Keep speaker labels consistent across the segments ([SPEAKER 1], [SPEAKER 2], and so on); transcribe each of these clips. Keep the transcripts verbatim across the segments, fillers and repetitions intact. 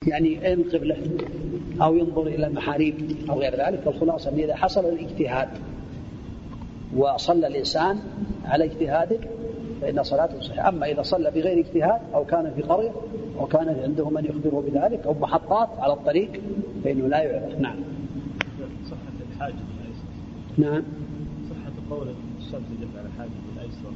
[SPEAKER 1] يعني أين القبلة أو ينظر إلى المحاريب أو غير ذلك. الخلاصة أن إذا حصل الاجتهاد وصلى الإنسان على اجتهاده فإن صلاته صحيحة. أما إذا صلى بغير اجتهاد أو كان في قرية أو كان عنده من يخبره بذلك أو محطات على الطريق فإنه لا يعرف. نعم.
[SPEAKER 2] صحة الحاجب الأيسر.
[SPEAKER 1] نعم.
[SPEAKER 2] صحة قول الشمس يدل على حاجب الأيسر.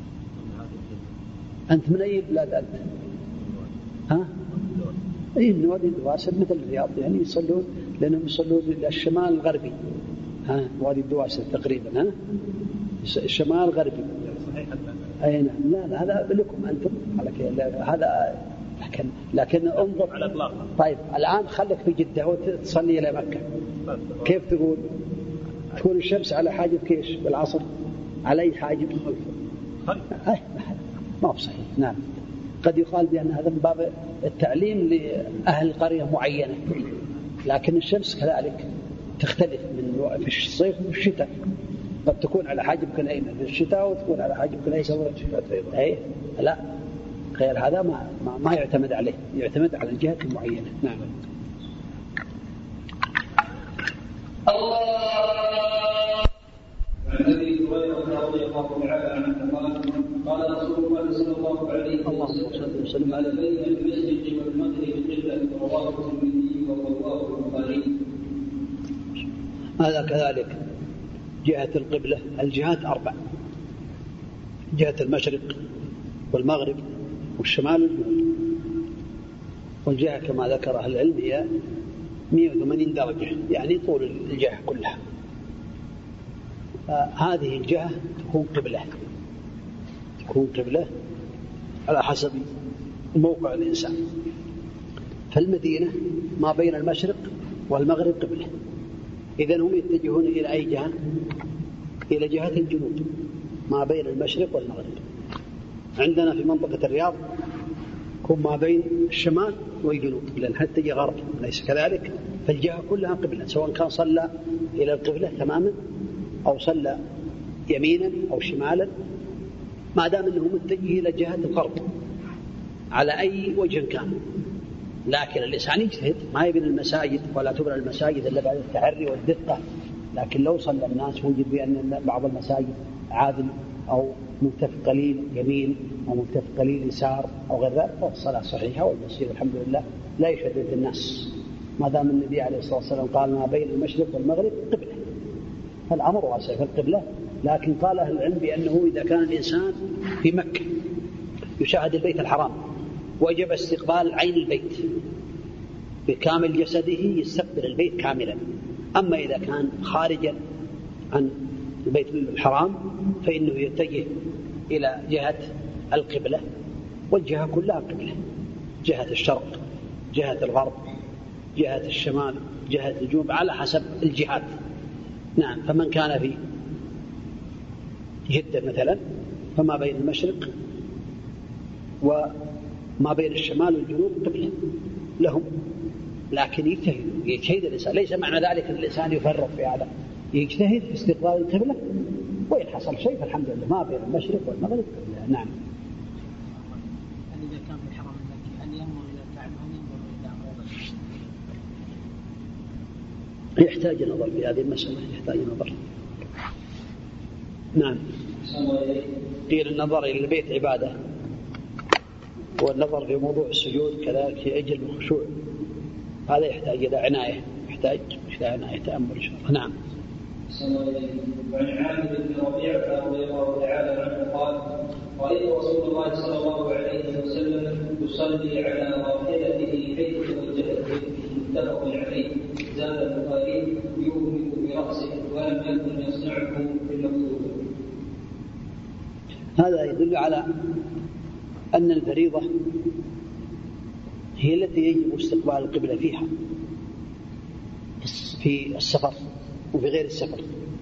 [SPEAKER 1] أنت من أي بلاد أنت؟ ها؟ أي الوادي الدواسر مثل الرياض يعني يصلون لأنهم يصلون للشمال الغربي. ها وادي الدواسر تقريبا. ها الشمال الغربي.
[SPEAKER 2] صحيح.
[SPEAKER 1] أي نعم. لا, لا هذا لكم أنتم على كذا هذا لكن لكن انظر
[SPEAKER 2] على إطلاقه.
[SPEAKER 1] طيب الآن خلك في جدة وتصلي إلى مكة كيف تقول؟ تكون الشمس على حاجب كيش بالعصر على أي حاجب؟ أي ما هو صحيح. نعم. قد يقال بأن هذا من باب التعليم لأهل قرية معينة لكن الشمس كذلك تختلف من في الصيف وفي الشتاء. قد تكون على حاجبك الأيمن في الشتاء وتكون على حاجبك الأيسر في الشتاء. أي لا غير هذا ما, ما, ما يعتمد عليه يعتمد على الجهة المعينة. نعم.
[SPEAKER 3] الله عن أبي هريرة رضي الله تعالى عنه قال قال رسول الله صلى الله عليه وسلم على بين المشرق والمغرب قبلة رواه الترمذي ورواه البخاري.
[SPEAKER 1] هذا كذلك جهة القبلة الجهات أربع: جهة المشرق والمغرب والشمال والجنوب. والجهة كما ذكر أهل العلم هي مئة وثمانين درجة يعني طول الجهة كلها. هذه الجهة تكون قبلة تكون قبلة على حسب موقع الإنسان. فالمدينة ما بين المشرق والمغرب قبلة. إذن هم يتجهون إلى أي جهة؟ إلى جهة الجنوب ما بين المشرق والمغرب. عندنا في منطقة الرياض يكون ما بين الشمال والجنوب لأن حتى جهة غرب ليس كذلك. فالجهة كلها قبلة سواء كان صلى إلى القبلة تماما أو صلى يمينا أو شمالا ما دام أنه متجه إلى جهة الغرب على أي وجه كان. لكن الإنسان يجتهد ما يبني المساجد ولا تبنى المساجد إلا بعد التحري والدقة. لكن لو صلى الناس وجد بأن بعض المساجد عادل أو ملتف قليل يمين أو ملتف قليل يسار أو غير ذلك فالصلاة صحيحة والمسجد الحمد لله لا يشدد الناس ما دام النبي عليه الصلاة والسلام قال ما بين المشرق والمغرب قبلة. فالأمر واسع في القبلة. لكن قال أهل العلم بأنه إذا كان الإنسان في مكة يشاهد البيت الحرام وجب استقبال عين البيت بكامل جسده يستقبل البيت كاملا. أما إذا كان خارجا عن البيت الحرام فإنه يتجه إلى جهة القبلة والجهة كلها قبلة: جهة الشرق جهة الغرب جهة الشمال جهة الجنوب على حسب الجهات. نعم. فمن كان في جدة مثلا فما بين المشرق وما بين الشمال والجنوب قبلة لهم. لكن يجتهد يجتهد الإنسان. ليس معنى ذلك أن الإنسان يفرط في هذا يجتهد في استقبال القبلة وإن حصل شيء فالحمد لله ما بين المشرق والمغرب قبلة. نعم.
[SPEAKER 4] إذا كان في الحرم المكي أن ينظر إلى الكعبة أم ينظر إلى موضع؟
[SPEAKER 1] يحتاج نظر في هذه المسألة يحتاج نظر. نعم. قيل النظر إلى البيت عبادة والنظر في موضوع السجود كذلك في أجل الخشوع هذا يحتاج إلى عناية يحتاج إلى عناية تأمل إن شاء الله. نعم.
[SPEAKER 3] وعن عامر بن ربيعة رضي الله تعالى عنه قال رأيت رسول الله صلى الله عليه وسلم يصلي على راحلته حيث توجهت متفق عليه. زاد البخاري يومئ برأسه ولم يكن يصنعه في المكتوب.
[SPEAKER 1] هذا يدل على أن الفريضة هي التي يجب استقبال القبلة فيها في السفر وفي غير السفر.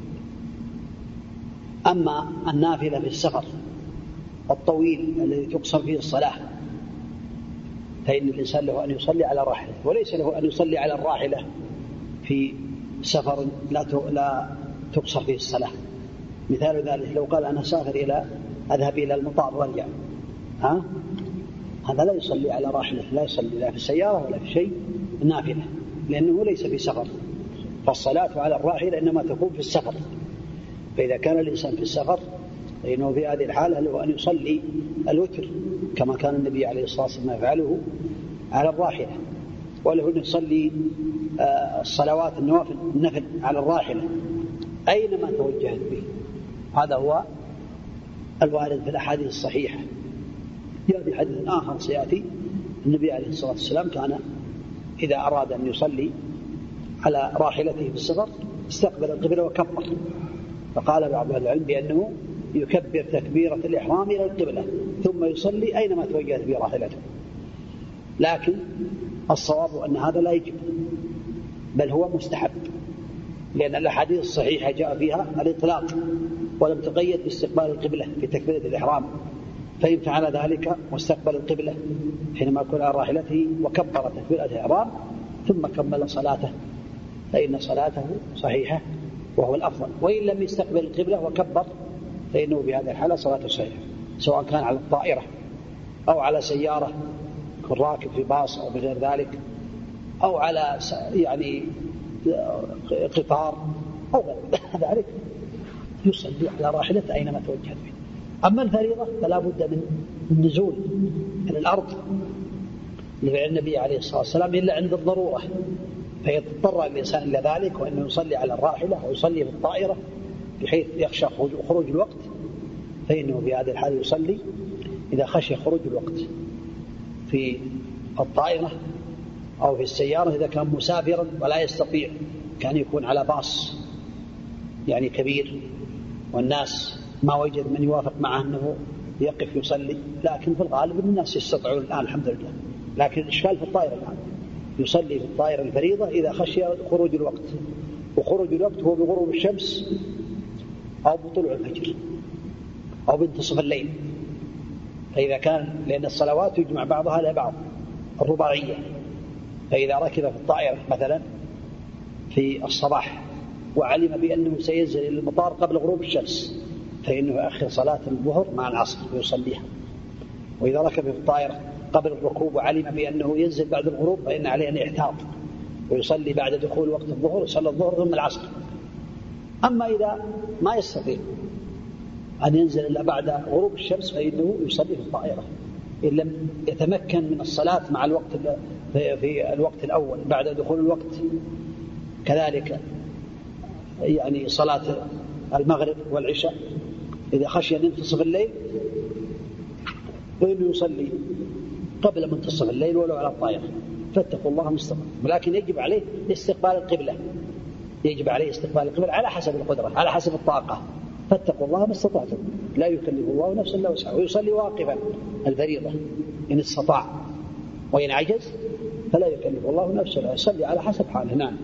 [SPEAKER 1] أما النافلة في السفر الطويل الذي تقصر فيه الصلاة فإن الإنسان له أن يصلي على راحلة وليس له أن يصلي على الراحلة في سفر لا تقصر فيه الصلاة. مثال ذلك لو قال أنا سافر إلى أذهب إلى المطار وارجع ها هذا لا يصلي على راحلة، لا يصلي لا في السيارة ولا في شيء نافلة، لأنه ليس في سفر. فالصلاة على الراحلة إنما تكون في السفر. فإذا كان الإنسان في السفر فإنه في هذه الحالة له أن يصلي الوتر كما كان النبي عليه الصلاة والسلام يفعله على الراحلة، وله أن يصلي الصلوات النوافل النفل على الراحلة أينما توجهت به. هذا هو الوارد في الأحاديث الصحيحة. يأتي حديث آخر سيأتي النبي عليه الصلاة والسلام كان إذا أراد أن يصلي على راحلته في السفر استقبل القبلة وكبر، فقال بعض أهل العلم بأنه يكبر تكبيرة الإحرام إلى القبلة ثم يصلي أينما توجهت به راحلته. لكن الصواب أن هذا لا يجب، بل هو مستحب، لأن الأحاديث الصحيحة جاء فيها الإطلاق ولم تقيد باستقبال القبلة في تكبيرة الإحرام. فإن فعل ذلك واستقبل القبلة حينما يكون على راحلته وكبر تكبيرة الإحرام ثم كمل صلاته فإن صلاته صحيحة وهو الأفضل. وإن لم يستقبل القبلة وكبر فإنه بهذه الحالة صلاته صحيحة، سواء كان على الطائرة أو على سيارة راكب في باص أو بغير ذلك، أو على يعني قطار أو غير ذلك، يصلي على راحلة أينما توجهت به. أما الفريضة فلا بد من النزول إلى الأرض لفعل النبي عليه الصلاة والسلام إلا عند الضرورة، فيضطر الإنسان إلى ذلك، وأنه يصلي على الراحلة ويصلي في الطائرة بحيث يخشى خروج الوقت، فإنه في هذه الحالة يصلي إذا خشي خروج الوقت في الطائرة أو في السيارة. إذا كان مسافرا ولا يستطيع كان يكون على باص يعني كبير والناس ما وجد من يوافق معه أنه يقف يصلي، لكن في الغالب الناس يستطيعون الآن الحمد لله. لكن الإشكال في الطائرة الآن يصلي في الطائرة الفريضة إذا خشي خروج الوقت، وخروج الوقت هو بغروب الشمس أو بطلوع الفجر أو بانتصف الليل. فإذا كان لأن الصلوات يجمع بعضها إلى بعض الرباعية، فإذا ركب في الطائرة مثلا في الصباح وعلم بأنه سينزل إلى المطار قبل غروب الشمس فإنه يؤخر صلاة الظهر مع العصر ويصليها. وإذا ركب في الطائرة قبل الركوب وعلم بأنه ينزل بعد الغروب فإن عليه أن يحتاط ويصلي بعد دخول وقت الظهر، يصلي الظهر ثم العصر. أما إذا ما يستطيع أن ينزل إلا بعد غروب الشمس فإنه يصلي في الطائرة إن لم يتمكن من الصلاة مع الوقت في الوقت الأول بعد دخول الوقت. كذلك يعني صلاة المغرب والعشاء إذا خشي أن ينتصف الليل فإنه يصلي قبل منتصف الليل ولو على الطائرة. فاتقوا الله ما استطعتم، ولكن يجب عليه استقبال القبلة، يجب عليه استقبال القبلة على حسب القدرة على حسب الطاقة. فاتقوا الله ما استطعتم، لا يكلف الله نفسا الا وسعها. ويصلي واقفا الفريضة إن استطاع، وإن عجز فلا يكلف الله نفسا الا يصلي على حسب حاله. نعم.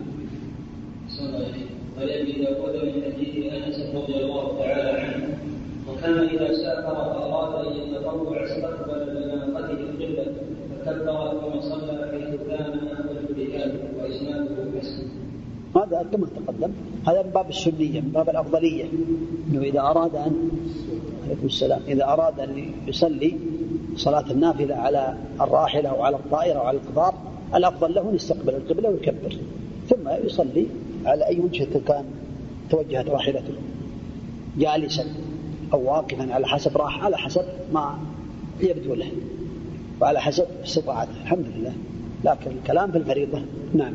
[SPEAKER 3] ولأبي داود من حديث أنس رضي الله تعالى عنه وكان إذا سافر فأراد أن يتطوع استقبل بناقته القبلة فكبر ثم صلى حيث كان والبركان وإسناده حسن.
[SPEAKER 1] هذا كما تقدم، هذا من باب السنية، من باب الأفضلية، إنه إذا أراد أن عليكم السلام إذا أراد أن يصلي صلاة النافلة على الراحلة أو على الطائرة أو على القطار الأفضل له أن يستقبل القبلة ويكبر ثم يصلي على أي وجهة كان توجهت راحلته، جالسا أو واقفا على حسب راح على حسب ما يبدو له وعلى حسب استطاعته. الحمد لله. لكن الكلام في الفريضة. نعم.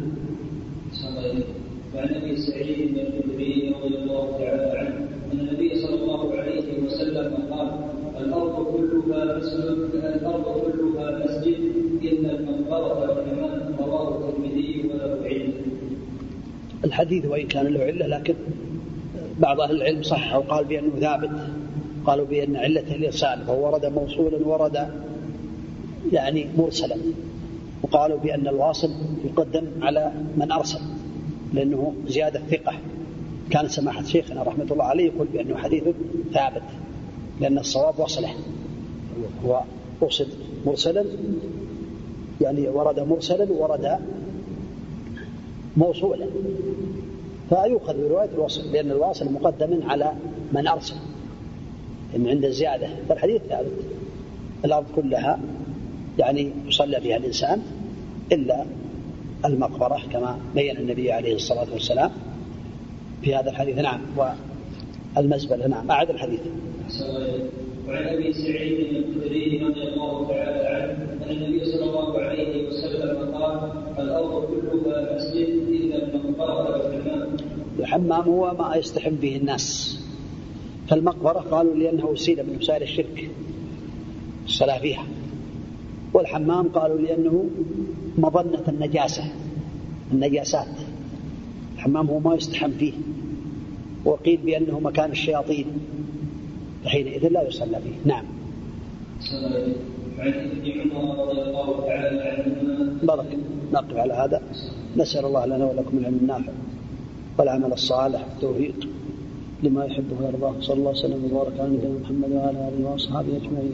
[SPEAKER 3] وعن ابي سعيد بن الخدري رضي الله تعالى عنه ان النبي صلى الله عليه وسلم قال: الارض كلها مسجد الارض كلها مسجد الا المقبره والحمام. رواه الترمذي وله عله.
[SPEAKER 1] الحديث وان كان له عله لكن بعض اهل العلم صححه وقال بانه ثابت، قالوا بان علته الارسال، فهو ورد موصولا ورد يعني مرسلا، وقالوا بان الواصل يقدم على من ارسل لأنه زيادة ثقة. كان سماحة شيخنا رحمة الله عليه يقول بأنه حديث ثابت لأن الصواب وصله، هو أرسل مرسلا يعني ورد مرسلا ورد موصولا، فيؤخذ برواية الوصل لأن الواصل مقدم على من أرسل إن عند الزيادة. فالحديث ثابت. الأرض كلها يعني يصلى فيها الإنسان إلا المقبرة كما بين النبي عليه الصلاة والسلام في هذا الحديث. نعم. والمزبلة. نعم. أعد الحديث.
[SPEAKER 3] وعن أبي سعيد الخدري رضي الله تعالى عنه أن النبي صلى الله عليه وسلم قال الأرض كلها مسجد إلا المقبرة والحمام.
[SPEAKER 1] الحمام هو ما يستحم به الناس، فالمقبرة قالوا لأنه وسيلة من وسائل الشرك الصلاة فيها، والحمام قالوا لأنه مظنة النجاسة النجاسات. الحمام هو ما يستحم فيه، وقيل بأنه مكان الشياطين فحينئذ لا يصلى فيه. نعم.
[SPEAKER 3] عن ابن عمر رضي الله تعالى عنهما.
[SPEAKER 1] بارك. نقف على هذا. نسأل الله لنا ولكم العلم النافع والعمل الصالح والتوفيق لما يحبه ويرضاه. صلى الله وسلم وبارك على نبينا محمد وعلى آله وأصحابه أجمعين.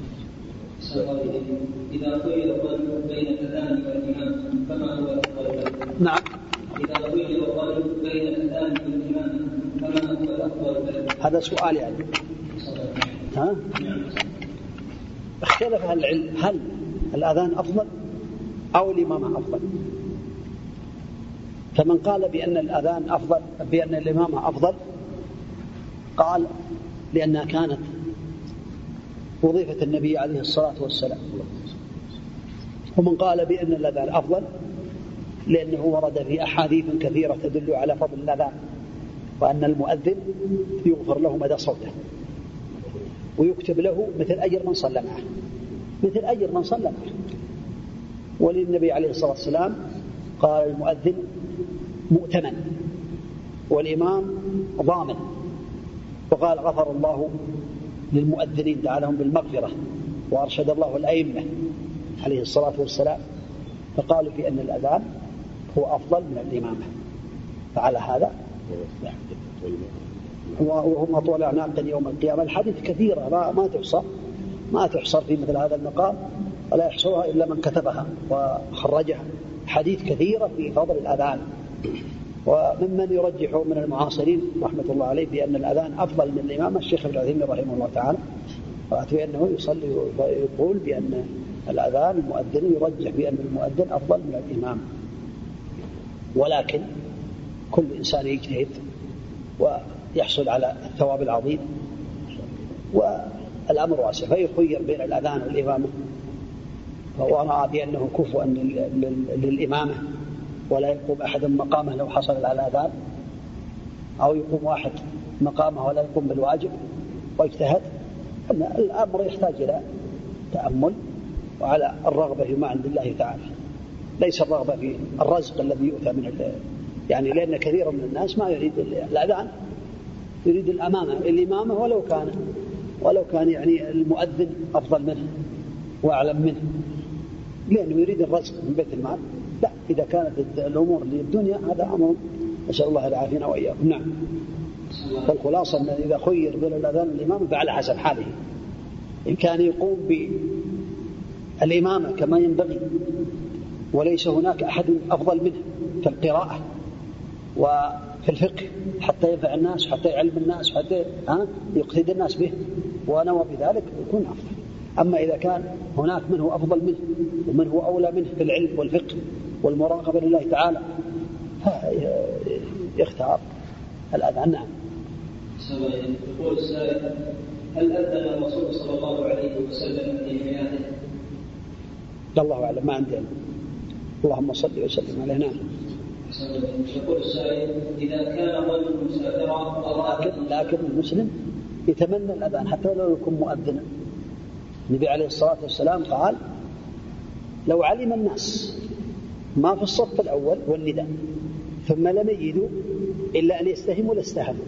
[SPEAKER 3] إذا خير الرجل بين الأذان والإمام فما هو الأفضل؟
[SPEAKER 1] نعم.
[SPEAKER 3] إذا خير الرجل بين الأذان والإمام فما هو الأفضل؟
[SPEAKER 1] هذا سؤال يعني. ها؟ اختلف أهل العلم هل الأذان أفضل أو الإمامة أفضل. فمن قال بأن الأذان أفضل بأن الإمامة أفضل قال لأنها كانت وظيفة النبي عليه الصلاة والسلام. ومن قال بأن الأذان أفضل لأنه ورد في أحاديث كثيرة تدل على فضل الأذان، وأن المؤذن يغفر له مدى صوته ويكتب له مثل أجر من صلى معه مثل أجر من صلى معه. وللنبي عليه الصلاة والسلام قال المؤذن مؤتمن والإمام ضامن، وقال غفر الله للمؤذنين دعا لهم بالمغفرة، وأرشد الله الأئمة عليه الصلاة والسلام فقالوا في أن الأذان هو أفضل من الإمامة. فعلى هذا وهم أطول أعناقا يوم القيامة. الحديث كثيرة ما تحصى ما تحصر في مثل هذا المقام، ولا يحصرها إلا من كتبها وخرجها. حديث كثيرة في فضل الأذان. وممن يرجح من المعاصرين رحمة الله عليه بأن الأذان أفضل من الإمامة الشيخ ابن عثيمين رحمه الله تعالى، وأتوا أنه يصلي ويقول بأن الأذان المؤذن يرجح بأن المؤذن أفضل من الإمام. ولكن كل إنسان يجتهد ويحصل على الثواب العظيم، والأمر واسع، فيخير بين الأذان والإمامة. ورأى بأنه كفوا للإمامة ولا يقوم أحد مقامه لو حصل على الأذان، أو يقوم واحد مقامه ولا يقوم بالواجب واجتهد. أن الأمر يحتاج إلى تأمل وعلى الرغبة فيما عند الله تعالى، ليس الرغبة في الرزق الذي يؤتى من الله. يعني لأن كثير من الناس ما يريد الأذان، يريد الأمامة الإمامة ولو كان ولو كان يعني المؤذن أفضل منه وأعلم منه، لأنه يريد الرزق من بيت المال. لا، إذا كانت الأمور للدنيا هذا أمر نسأل الله العافية وإياكم. نعم. فالخلاصة أن إذا خير بين الأذان والإمامة فعلى حسب حاله. إن كان يقوم بالإمامة كما ينبغي وليس هناك أحد أفضل منه في القراءة وفي الفقه حتى ينفع الناس حتى يعلم الناس حتى يقتدي الناس به ونوى بذلك يكون أفضل. أما إذا كان هناك من هو أفضل منه ومن هو أولى منه في العلم والفقه والمراقبة لله تعالى يختار الأذان. نعم.
[SPEAKER 3] يقول السائل: هل أذن الرسول صلى الله عليه وسلم في حياته؟
[SPEAKER 1] الله أعلم، ما عندنا. اللهم صل وسلم عليه. نعم.
[SPEAKER 3] يقول السائل: إذا كان رجل مسافرا
[SPEAKER 1] لكن, لكن المسلم يتمنى الأذان حتى لو يكون مؤذنا. النبي عليه الصلاة والسلام قال: لو علم الناس ما في الصف الأول والنداء ثم لم يجدوا إلا أن يستهموا لاستهموا.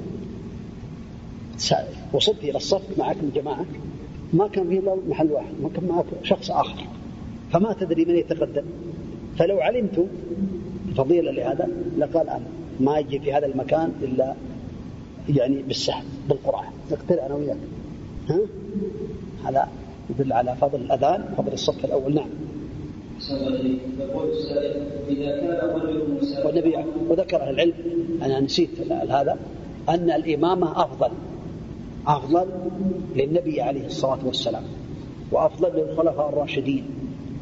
[SPEAKER 1] وصلت إلى الصف معك من جماعة ما كان فيه محل واحد، ما كان معك شخص آخر، فما تدري من يتقدم. فلو علمت فضيلة لهذا لقال أنا ما يجي في هذا المكان إلا يعني بالسهم بالقرآن نقتل أنا وياك. ها؟ هذا يدل على فضل الأذان فضل الصف الأول. نعم.
[SPEAKER 3] يقول السائل: إذا كان رجل مسافر.
[SPEAKER 1] والنبي وذكر أهل العلم، أنا نسيت هذا، أن الإمامة أفضل أفضل للنبي عليه الصلاة والسلام وأفضل للخلفاء الراشدين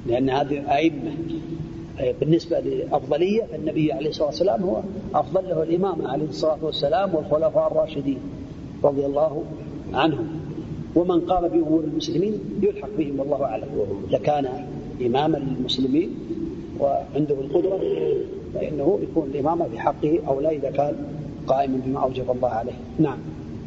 [SPEAKER 1] لأن هذه أئمة بالنسبة لأفضلية فالنبي عليه الصلاة والسلام هو أفضل له الإمام عليه الصلاة والسلام والخلفاء الراشدين رضي الله عنهم، ومن قام بأمور المسلمين يلحق بهم والله أعلم. لكان إماما للمسلمين وعنده القدرة فإنه يكون الإمام في حقه أو لا إذا كان قائما بما أوجب الله عليه. نعم.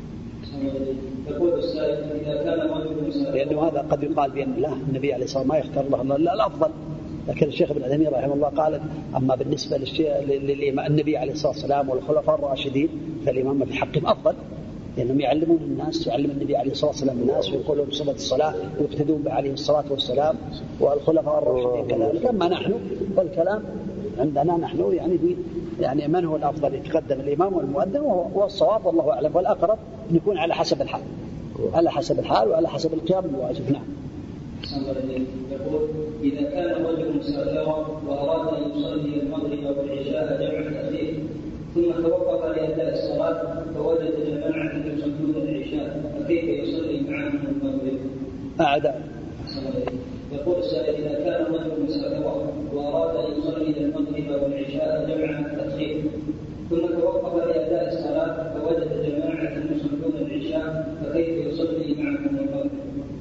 [SPEAKER 1] لأنه هذا قد يقال بأن الله النبي عليه الصلاة والسلام ما يختار الله لا الأفضل، لكن الشيخ ابن عثيمين رحمه الله قال أما بالنسبة للنبي عليه الصلاة والسلام والخلفاء الراشدين فالإمام في حقهم أفضل، لأنهم يعلمون الناس، يعلم النبي عليه الصلاة والسلام الناس ويقولون بصفة الصلاة ويقتدون عليه الصلاة والسلام، والخلفاء الراشدين كذلك. أما نحن فالكلام عندنا نحن يعني في يعني من هو الأفضل يتقدم الإمام والمؤذن، والصواب والله أعلم، والأقرب أن يكون على حسب الحال، على حسب الحال وعلى حسب القيام الواجب. نعم.
[SPEAKER 3] يقول إذا كان الرجل مسافرا وأراد أن يصلي المغرب والعشاء جمع تأخير ثم توقف لأداء الصلاة فوجد جماعة يصلون العشاء فكيف يصلي معهم المغرب؟
[SPEAKER 1] أعداء.
[SPEAKER 3] يقول السائل إذا كان الرجل مسافرا وأراد أن يصلي المغرب والعشاء جمع تأخير ثم توقف لأداء الصلاة فوجد جماعة يصلون العشاء فكيف يصلي معهم المغرب؟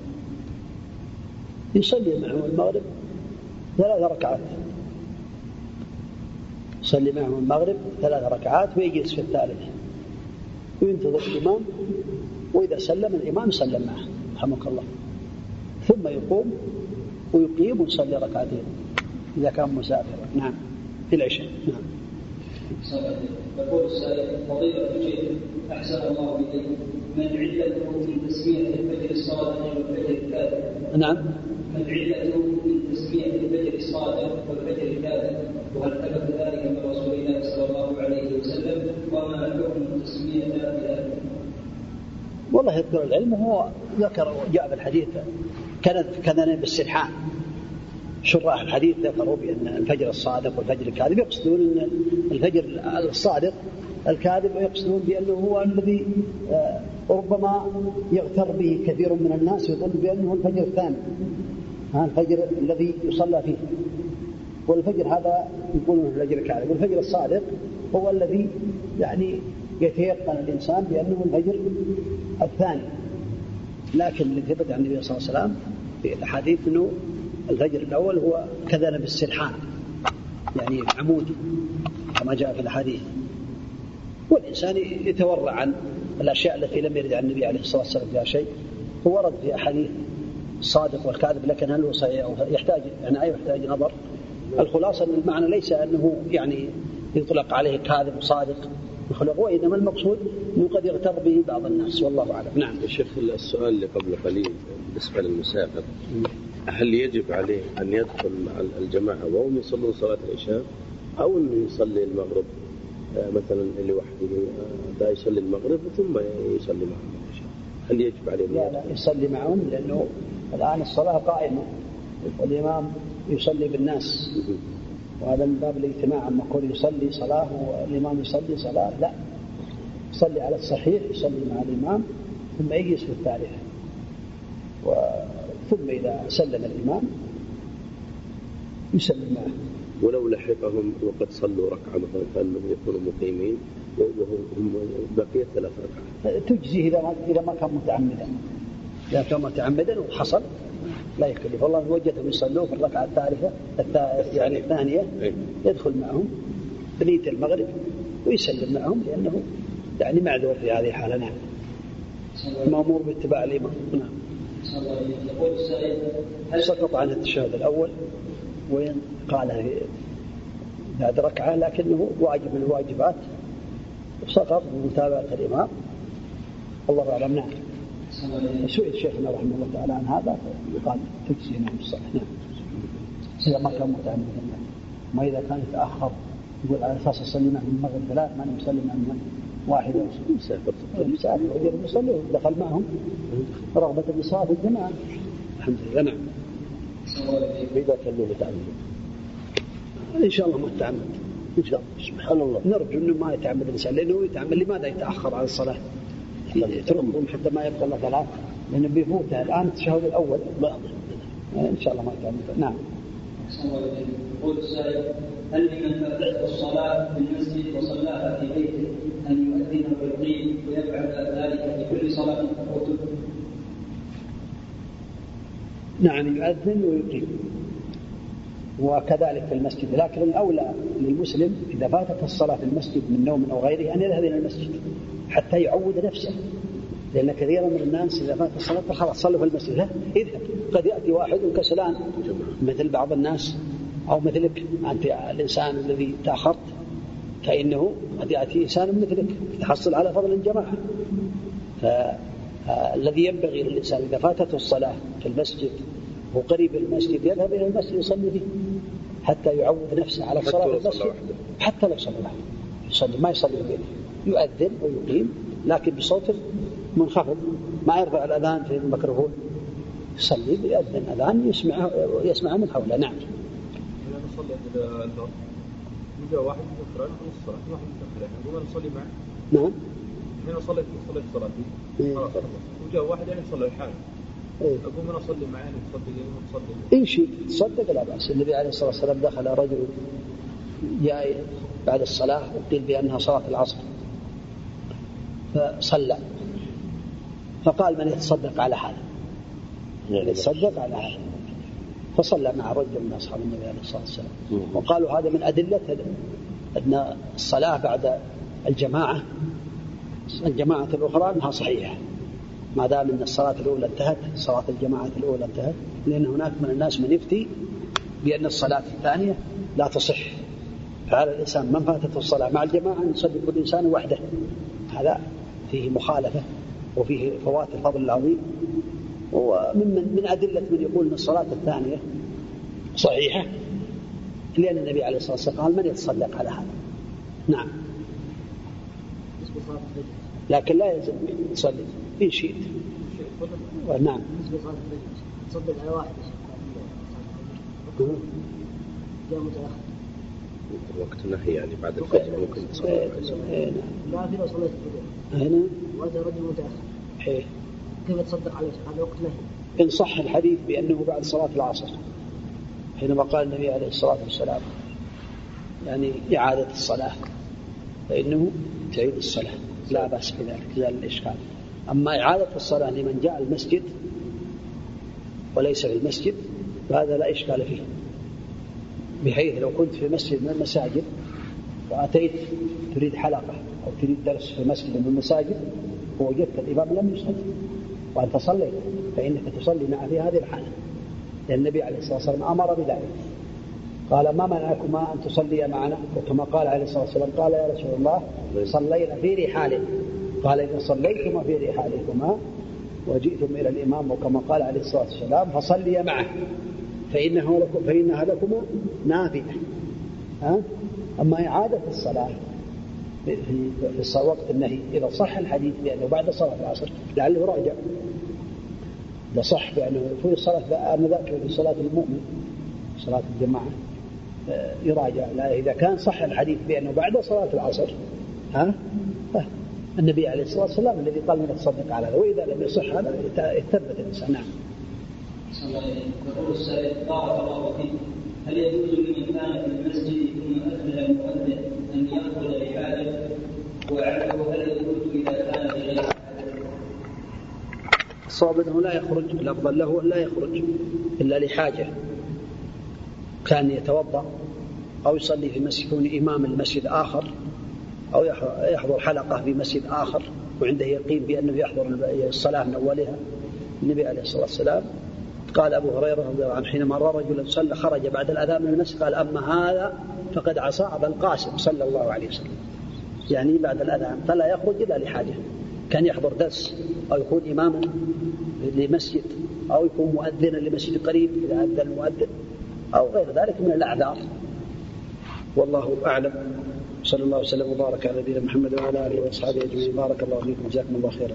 [SPEAKER 1] يصلي معهم المغرب ثلاث ركعات، يصلي معهم المغرب ثلاث ركعات ويجلس في الثالثة وينتظر الإمام، وإذا سلم الإمام سلم معه رحمك الله، ثم يقوم ويقيم ويصلي ركعتين إذا كان مسافرا. نعم. في العشاء. نعم.
[SPEAKER 3] يقول السائل فضيلة الشيخ أحسن الله إليك، من علته من تسمية الفجر الصادق والفجر الكاذب؟
[SPEAKER 1] نعم.
[SPEAKER 3] من علته من تسمية الفجر الصادق والفجر الكاذب، وهل ثبت ذلك من رسول الله صلى الله عليه وسلم، وما حكم تسمية ذلك؟
[SPEAKER 1] والله يذكر العلم هو ذكر جاء بالحديث كانت كذا بالسرحان، شراح الحديث ذكروا بأن الفجر الصادق والفجر الكاذب يقصدون أن الفجر الصادق الكاذب ويقصدون بأنه هو الذي ربما يغتر به كثير من الناس ويظن بأنه الفجر الثاني، الفجر الذي يصلى فيه، والفجر هذا يقولون الفجر الكاذب، والفجر الصادق هو الذي يعني يتيقن الإنسان بأنه الفجر الثاني. لكن اللي ثبت عن النبي صلى الله عليه وسلم في الحديث أنه الفجر الأول هو كذا بالسرحان يعني عمودي كما جاء في الحديث، والإنسان يتورع عن الأشياء التي لم يرد عن النبي عليه الصلاة والسلام فيها شيء. هو ورد في أحاديث الصادق والكاذب، لكن هل هو صحيح أو يحتاج يعني أي يحتاج نظر. الخلاصة أن المعنى ليس أنه يعني يطلق عليه كاذب وصادق مخلوق، وإنما المقصود أنه قد يغتر به بعض الناس والله أعلم. نعم.
[SPEAKER 5] الشيخ السؤال اللي قبل قليل بالنسبة للمسافر، هل يجب عليه أن يدخل مع الجماعة وهم يصلون صلاة العشاء، أو أنه يصلي المغرب مثلا لوحده لا يصلي المغرب ثم يصلي معهم العشاء؟ هل يجب عليه؟
[SPEAKER 1] لا لا يصلي معهم، لأنه الآن الصلاة قائمة والإمام يصلي بالناس، وهذا من باب الاجتماع. أما كل يصلي صلاة والإمام يصلي صلاة، لا، يصلي على الصحيح، يصلي مع الإمام ثم يجلس في الثالثة، ثم إذا سلم الإمام يسلم معه.
[SPEAKER 5] ولو لحقهم وقد صلوا ركعة مثلا فإنهم يكونوا مقيمين وهم بقية ثلاث ركعات
[SPEAKER 1] تجزيه إذا ما إذا ما كان متعمدا. إذا كان متعمدا وحصل لا يكلف الله، وجدهم يصلوا في الركعة الثالثة يعني الثانية يدخل معهم بنية المغرب ويسلم معهم، لأنه يعني معذور في هذه الحالة. نعم. مأمور باتباع الإمام. نعم. سقط عن التشهد الأول وين قالها بعد ركعة، لكنه واجب من الواجبات وسقط بمتابعة الإمام الله أعلم. نعم. سئل شيخنا رحمه الله تعالى عن هذا قال تجزي نعم الصلاة. نعم. إذا ما كان متعمدا، ما إذا كان يتأخر يقول على أساس أصلي معهم المغرب ثلاث ما نصلي معهم واحد
[SPEAKER 5] مسافر
[SPEAKER 1] مسافر وجد يصلي دخل معهم رغبة بصلاة الجماعة. الحمد لله. نعم.
[SPEAKER 5] إذا كان متعمد
[SPEAKER 1] إن شاء الله ما يتعمد إن شاء الله، سبحان الله، نرجو إنه ما يتعمد الإنسان، لأنه يتعمد لماذا يتأخر عن الصلاة؟ يتركهم حتى ما يبقى الله ثلاث، لأنه بيفوتها الآن التشهد الأول. إن شاء الله ما يتعمد. نعم.
[SPEAKER 3] يقول السائل: هل لمن فاتته الصلاة في المسجد وصلاها في بيته أن يؤذن ويقيم ويفعل ذلك في كل صلاة أو تكبر؟
[SPEAKER 1] نعم، يؤذن ويقيم وكذلك في المسجد، لكن الأولى للمسلم إذا فاتت الصلاة في المسجد من نوم أو غيره أن يذهب إلى المسجد حتى يعود نفسه، لأن كثيرا من الناس إذا فات الصلاة خلاص صلوا في المسجد. لا، اذهب. قد يأتي واحد كسلان مثل بعض الناس أو مثلك أنت الإنسان الذي تأخرت، فإنه قد يأتي إنسان مثلك تحصل على فضل الجماعة. فالذي ينبغي للإنسان إذا فاتته الصلاة في المسجد وقريب المسجد يذهب إلى المسجد يصلي فيه حتى يعود نفسه على الصلاة في المسجد، حتى لو صلى واحد يصلي ما يصلي بيته، يؤذن ويقيم لكن بصوت منخفض، ما يرفع الأذان في الميكروفون، يصلي بيأذن أذان يسمعه يسمعه من حوله. نعم.
[SPEAKER 2] أنا نصلي الظهر وجاء واحد يقرأ نص الصلاة، واحد يقرأ نقول نصلي معه.
[SPEAKER 1] نعم.
[SPEAKER 2] أنا صليت صليت صلاتي وجاء واحد يعني يصلي الحال.
[SPEAKER 1] إيه.
[SPEAKER 2] أقول من أصلي معه تصدق يعني تصدق.
[SPEAKER 1] إن شئت تصدق لا بأس. النبي عليه الصلاة والسلام دخل رجل جاء بعد الصلاة وقيل بأنها صلاة العصر فصلى، فقال من يتصدق على هذا؟ يتصدق على هذا، فصلى مع رجل من أصحاب النبي عليه الصلاة والسلام. وقالوا هذا من أدلة أن الصلاة بعد الجماعة الجماعة الأخرى أنها صحيحة ما دام أن الصلاة الأولى انتهت، صلاة الجماعة الأولى انتهت، لأن هناك من الناس من يفتي بأن الصلاة الثانية لا تصح، فعلى الإنسان من فاتته الصلاة مع الجماعة أن يصلي كل إنسان وحده، هذا فيه مخالفة وفيه فوات الفضل العظيم. ومن من أدلة من يقول أن الصلاة الثانية صحيحة لأن النبي عليه الصلاة والسلام قال من يتصدق على هذا. نعم. لكن لا يلزم تصلي إن شئت. نعم.
[SPEAKER 4] تصدق على واحد جاء متأخر
[SPEAKER 5] وقت النهي يعني بعد الفجر ممكن تصلي.
[SPEAKER 4] لا في لو صليت الفجر
[SPEAKER 1] هنا
[SPEAKER 4] وأتى رجل متأخر
[SPEAKER 1] إيه
[SPEAKER 4] كيف تصدق عليه هذا وقت نهي؟
[SPEAKER 1] إن صح الحديث بأنه بعد صلاة العصر حينما قال النبي عليه الصلاة والسلام يعني إعادة الصلاة فإنه تعيد الصلاة لا بأس بذلك زال الإشكال. أما إعادة الصلاة لمن جاء المسجد وليس في المسجد فهذا لا إشكال فيه، بحيث لو كنت في مسجد من المساجد وأتيت تريد حلقة أو تريد درس في مسجد من المساجد ووجدت الإمام لم يصلي وأنت صليت فإنك تصلي معه في هذه الحالة، لأن النبي عليه الصلاة والسلام أمر بذلك قال ما منعكما أن تصلي معنا؟ وكما قال عليه الصلاة والسلام قال يا رسول الله صلينا في رحال، قال إذا صليتما في رحالكما وجئتم إلى الإمام وكما قال عليه الصلاة والسلام فصلي معه فإنه لكم فإنها لكما نافلة. ها؟ أما إعادة الصلاة في, في وقت النهي إذا صح الحديث بأنه بعد صلاة العصر لعله يراجع، إذا صح بأنه في صلاة آنذاك في صلاة المؤمن صلاة الجماعة يراجع. لا إذا كان صح الحديث بأنه بعد صلاة العصر ها النبي عليه الصلاة والسلام الذي قال من يتصدق على هذا، وإذا لم يصح هذا يثبت الإنسان. نعم.
[SPEAKER 3] يقول السائل بارك الله فيك، هل يجوز لمن كان في المسجد ثم أذن المؤذن أن يخرج لحاجة؟ وعله هل يجوز إذا كان لغير حاجة؟
[SPEAKER 1] الصواب أنه لا يخرج، الأفضل له أن لا يخرج إلا لحاجة، كان يتوضأ أو يصلي في مسجد يكون إمام المسجد آخر أو يحضر حلقة في مسجد آخر وعنده يقين بأنه يحضر الصلاة من أولها. النبي عليه الصلاة والسلام قال أبو هريرة رضي الله عنه حينما رأى رجلا صلى خرج بعد الأذان من المسجد قال أما هذا فقد عصى أبا القاسم صلى الله عليه وسلم، يعني بعد الأذان فلا يخرج إلا لحاجة، كان يحضر درس أو يكون إماما لمسجد أو يكون مؤذنا لمسجد قريب إذا أذن المؤذن أو غير ذلك من الأعذار. والله أعلم. صلى الله وسلم وبارك على نبينا محمد وعلى آله وأصحابه أجمعين. بارك الله فيكم جزاكم الله خيرا.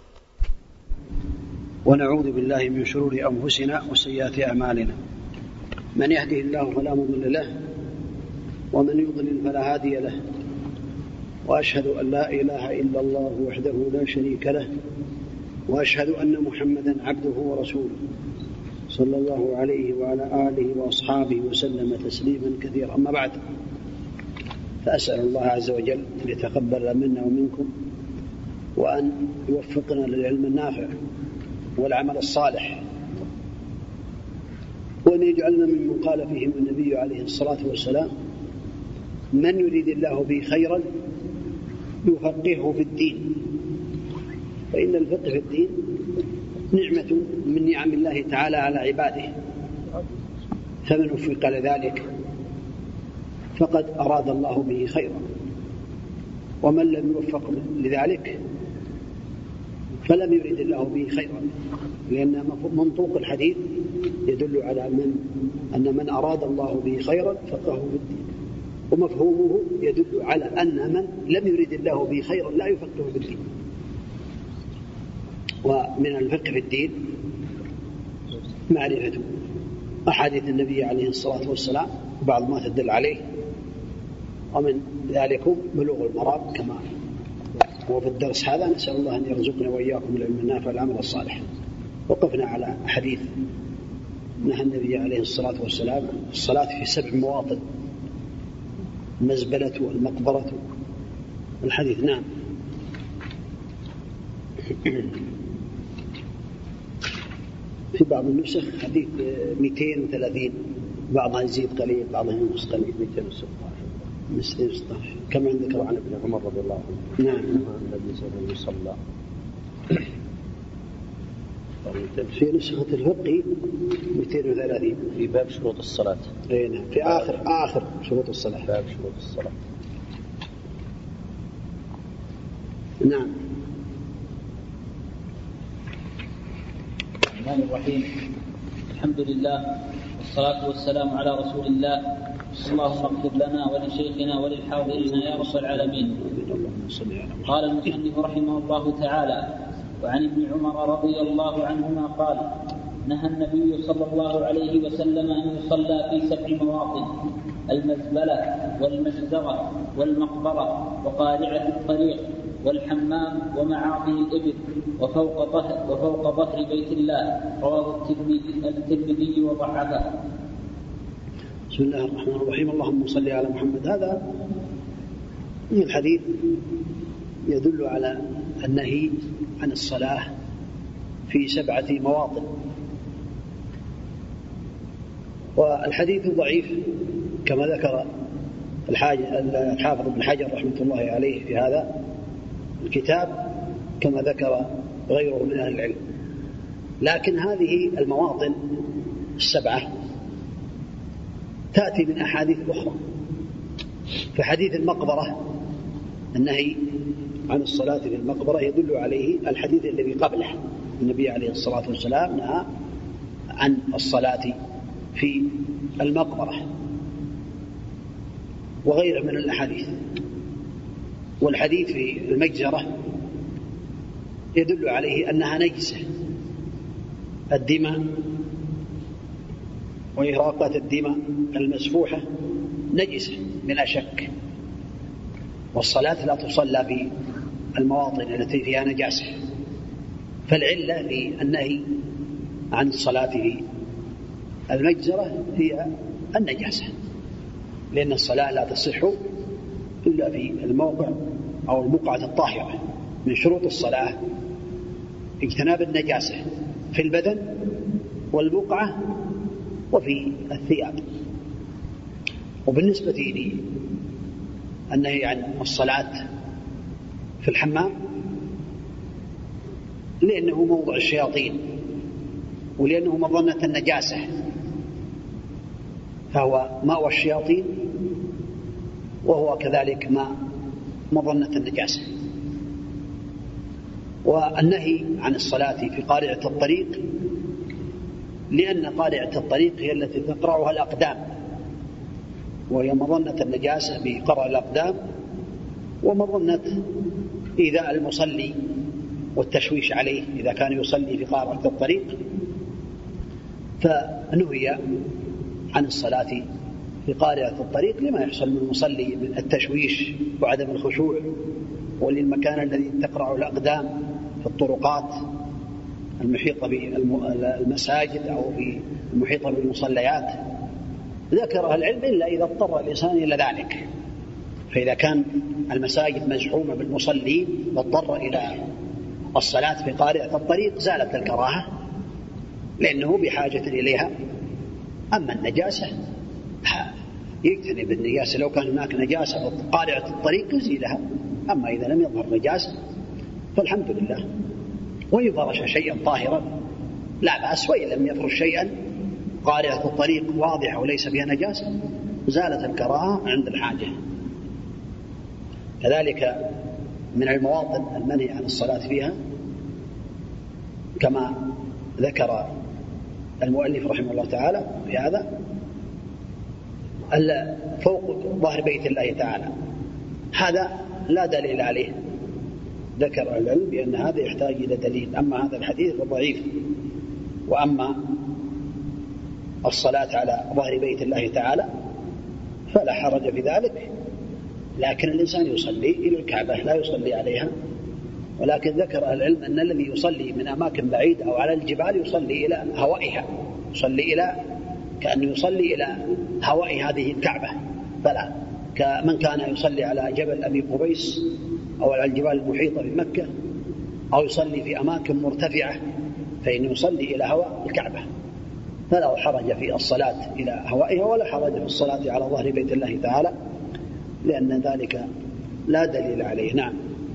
[SPEAKER 1] ونعوذ بالله من شرور أنفسنا وسيئات أعمالنا، من يهده الله فلا مضل له ومن يضلل فلا هادي له، وأشهد أن لا إله إلا الله وحده لا شريك له، وأشهد أن محمدا عبده ورسوله صلى الله عليه وعلى آله وأصحابه وسلم تسليما كثيرا. أما بعد، فأسأل الله عز وجل أن يتقبل منا ومنكم، وأن يوفقنا للعلم النافع والعمل الصالح، وأن يجعلنا ممن قال فيهم النبي عليه الصلاة والسلام: من يريد الله به خيرا يفقهه في الدين. فإن الفقه في الدين نعمة من نعم الله تعالى على عباده، فمن وفق لذلك فقد أراد الله به خيرا، ومن لم يوفق لذلك فلم يرد الله به خيرا، لأن منطوق الحديث يدل على من أن من أراد الله به خيرا فقهه في الدين، ومفهومه يدل على أن من لم يرد الله به خيرا لا يفقهه في الدين. ومن الفقه في الدين معرفة أحاديث النبي عليه الصلاة والسلام وبعض ما تدل عليه، ومن ذلك بلوغ المرام كما هو في الدرس هذا. نسأل الله أن يرزقنا وإياكم العلم النافع والعمل الصالح. وقفنا على حديث نهى النبي عليه الصلاة والسلام الصلاة في سبع مواطن: المزبلة والمقبرة والحديث. نعم. في بعض النسخ حديث مئتين وثلاثين، بعضها يزيد قليل بعضها ينقص قليل. مئتين وستة عشر كما ذكر عن ابن عمر رضي الله عنه. نعم.
[SPEAKER 5] النبي صلى الله عليه وسلم
[SPEAKER 1] في نسخة الفقه مئتين وثلاثين
[SPEAKER 5] في باب شروط الصلاة.
[SPEAKER 1] نعم، في آخر آخر شروط الصلاة.
[SPEAKER 5] باب شروط الصلاة.
[SPEAKER 1] نعم.
[SPEAKER 3] الرحمن الرحيم. الحمد لله والصلاة والسلام على رسول الله. اللهم اغفر لنا ولشيخنا وللحاضرين يا رب العالمين. قال المصنف رحمه الله تعالى: وعن ابن عمر رضي الله عنهما قال: نهى النبي صلى الله عليه وسلم أن يصلى في سبع مواطن: المزبلة والمجزرة والمقبرة وقارعة الطريق والحمام ومعاطي الإبل وفوق ظهر وفوق ظهر بيت الله. رواه الترمذي وضعفه.
[SPEAKER 1] بسم الله الرحمن الرحيم. اللهم صل على محمد. هذا الحديث يدل على النهي عن الصلاة في سبعة مواطن، والحديث ضعيف كما ذكر الحافظ ابن حجر رحمة الله عليه في هذا الكتاب، كما ذكر غيره من أهل العلم. لكن هذه المواطن السبعة تأتي من أحاديث أخرى. في حديث المقبرة النهي عن الصلاة في المقبرة يدل عليه الحديث الذي قبله. النبي عليه الصلاة والسلام نهى عن الصلاة في المقبرة وغيره من الأحاديث. والحديث في المجزرة يدل عليه أنها نجسة، الدماء وإهراقات الدماء المسفوحة نجسة بلا شك، والصلاة لا تصلى في المواطن التي فيها نجاسة. فالعلة في النهي عن الصلاة في المجزرة هي النجاسة، لأن الصلاة لا تصح إلا في الموقع أو البقعة الطاهرة. من شروط الصلاة اجتناب النجاسة في البدن والبقعة وفي الثياب. وبالنسبة لي النهي عن الصلاة في الحمام لأنه موضع الشياطين ولأنه مظنة النجاسة، فهو ماء الشياطين وهو كذلك ماء مظنة النجاسة. والنهي عن الصلاة في قارعة الطريق لأن قارعة الطريق هي التي تقرعها الأقدام، وهي مظنة النجاسة بقرع الأقدام ومظنة إيذاء المصلي والتشويش عليه إذا كان يصلي في قارعة الطريق. فنهي عن الصلاة في قارعة الطريق لما يحصل من المصلي من التشويش وعدم الخشوع، وللمكان الذي تقرع الأقدام في الطرقات المحيطة بالمساجد أو المحيطة بالمصليات ذكرها العلم إلا إذا اضطر الإنسان إلى ذلك. فإذا كان المساجد مزحومة بالمصلين واضطر إلى الصلاة في قارعة الطريق زالت الكراهة لأنه بحاجة إليها. أما النجاسة يجتنب بالنجاسة، لو كان هناك نجاسة في قارعة الطريق يزيلها. أما إذا لم يظهر نجاسة فالحمد لله، وإن فرش شيئا طاهرا لا بأس، وإن لم يفرش شيئا قارعة الطريق واضحة وليس فيها نجاسة زالت الكراهة عند الحاجة. كذلك من المواطن المنهي عن الصلاة فيها كما ذكر المؤلف رحمه الله تعالى في هذا فوق ظهر بيت الله تعالى، هذا لا دليل عليه. ذكر العلم بأن هذا يحتاج إلى دليل. أما هذا الحديث فضعيف. وأما الصلاة على ظهر بيت الله تعالى فلا حرج في ذلك، لكن الإنسان يصلي إلى الكعبة لا يصلي عليها. ولكن ذكر العلم أن الذي يصلي من أماكن بعيدة أو على الجبال يصلي إلى هوائها، يصلي إلى كأنه يصلي إلى هواء هذه الكعبة، فلا كمن كان يصلي على جبل أبي قبيس أو على الجبال المحيطة بمكة أو يصلي في أماكن مرتفعة فإنه يصلي إلى هواء الكعبة، فلا حرج في الصلاة إلى هوائها ولا حرج في الصلاة على ظهر بيت الله تعالى، لأن ذلك لا دليل عليه. نعم.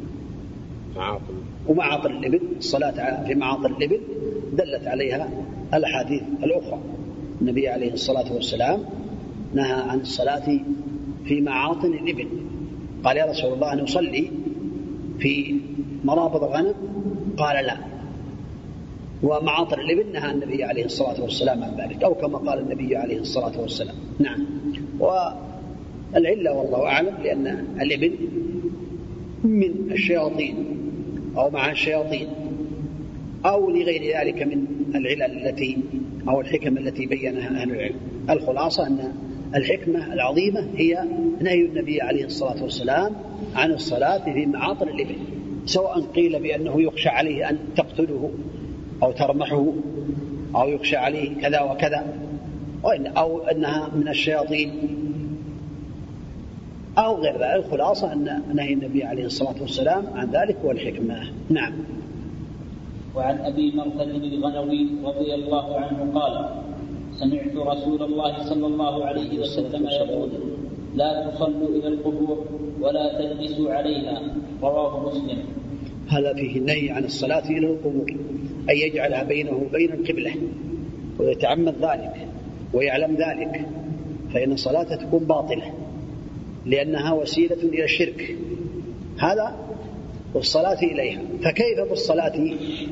[SPEAKER 1] ومعاطل الإبل، الصلاة في معاطل الإبل دلت عليها الأحاديث الأخرى. النبي عليه الصلاة والسلام نهى عن الصلاة في معاطن الإبل، قال يا رسول الله أن أصلي في مرابض الغنم؟ قال لا. ومعاطن الإبل نهى النبي عليه الصلاة والسلام عن ذلك، أو كما قال النبي عليه الصلاة والسلام. نعم. والعلة والله أعلم لأن الإبل من الشياطين أو مع الشياطين أو لغير ذلك من العلل التي أو الحكم التي بينها أهل العلم. الخلاصة أن الحكمة العظيمة هي نهي النبي عليه الصلاة والسلام عن الصلاة في معاطن الإبل، سواء قيل بأنه يخشى عليه أن تقتله أو ترمحه أو يخشى عليه كذا وكذا، أو أنها من الشياطين أو غير ذلك. الخلاصة أن نهي النبي عليه الصلاة والسلام عن ذلك هو الحكمة. نعم.
[SPEAKER 3] وعن أبي مرثد الغنوي رضي الله عنه قال سمعت رسول الله صلى الله عليه وسلم يقول لا تصلوا إلى القبور ولا تجلسوا عليها، رواه مسلم.
[SPEAKER 1] هذا فيه النهي عن الصلاة إلى القبور، أي يجعلها بينه وبين القبلة ويتعمد ذلك ويعلم ذلك، فإن صلاته تكون باطلة لأنها وسيلة إلى الشرك، هذا والصلاة إليها. فكيف بالصلاة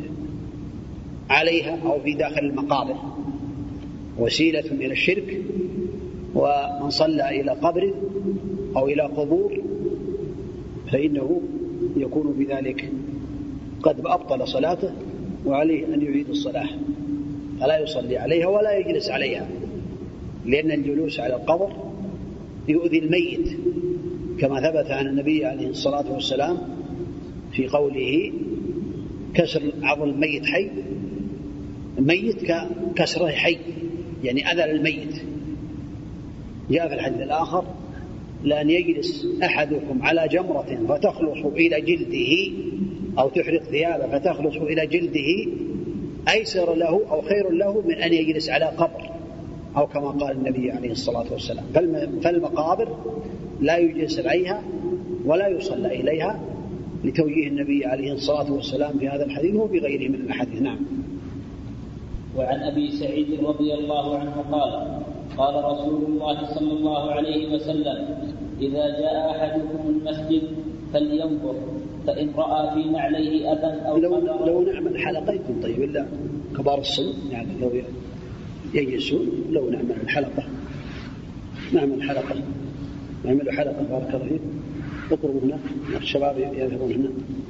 [SPEAKER 1] عليها أو في داخل المقابر؟ وسيلة إلى الشرك، ومن صلى إلى قبر أو إلى قبور فإنه يكون بذلك قد أبطل صلاته وعليه أن يعيد الصلاة، فلا يصلي عليها ولا يجلس عليها، لأن الجلوس على القبر يؤذي الميت كما ثبت عن النبي عليه الصلاة والسلام في قوله كسر عظم الميت حي، الميت كسره حي يعني أذى الميت. جاء في الحديث الآخر لأن يجلس أحدكم على جمرة فتخلص إلى جلده أو تحرق ثيابه فتخلص إلى جلده أيسر له أو خير له من أن يجلس على قبر، أو كما قال النبي عليه الصلاة والسلام. فالمقابر لا يجلس عليها ولا يصلى إليها لتوجيه النبي عليه الصلاة والسلام في هذا الحديث وبغيره من الحديث. نعم.
[SPEAKER 3] وعن أبي سعيد رضي الله عنه قال قال رسول الله صلى الله عليه وسلم إذا جاء أحدكم المسجد فلينظر فإن رأى في نعليه أذى أو
[SPEAKER 1] لو, لو نعمل حلقة يكون طيب، إلا كبار السن يعني لو يجلسون لو نعمل الحلقة نعمل حلقة نعمل حلقة بارك الله فيك، اقربوا هنا الشباب يذهبون هنا.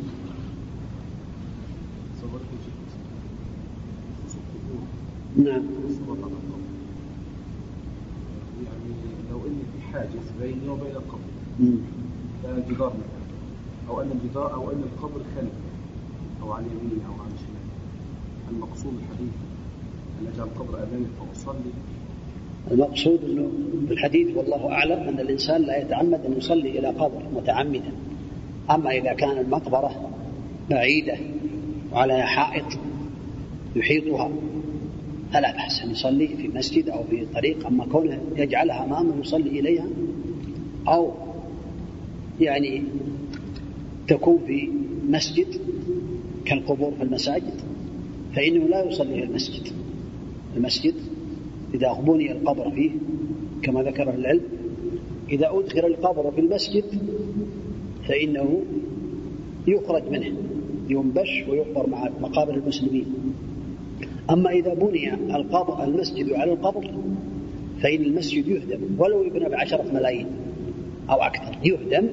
[SPEAKER 1] نعم.
[SPEAKER 2] يعني لو ان في حاجز بيني وبين القبر جدار مثلا، او ان الجدار او ان القبر خلف او عن يمين او عن شمال، المقصود الحديث أن أجعل القبر أمامي فأصلي؟
[SPEAKER 1] المقصود أنه بالحديث والله أعلم أن الإنسان لا يتعمد أن يصلي إلى قبر متعمدا. أما إذا كان المقبرة بعيدة وعلى حائط يحيطها فلا بأس أن يصلي في مسجد أو في طريق. أما كونه يجعلها أمامه يصلي إليها أو يعني تكون في مسجد كالقبور في المساجد فإنه لا يصلي في المسجد. المسجد إذا بني القبر فيه كما ذكر العلم، إذا أدخل القبر في المسجد فإنه يخرج منه ينبش ويقبر مع مقابر المسلمين. أما إذا بني القبر المسجد على القبر فإن المسجد يهدم ولو يبنى بعشرة ملايين أو أكثر يهدم،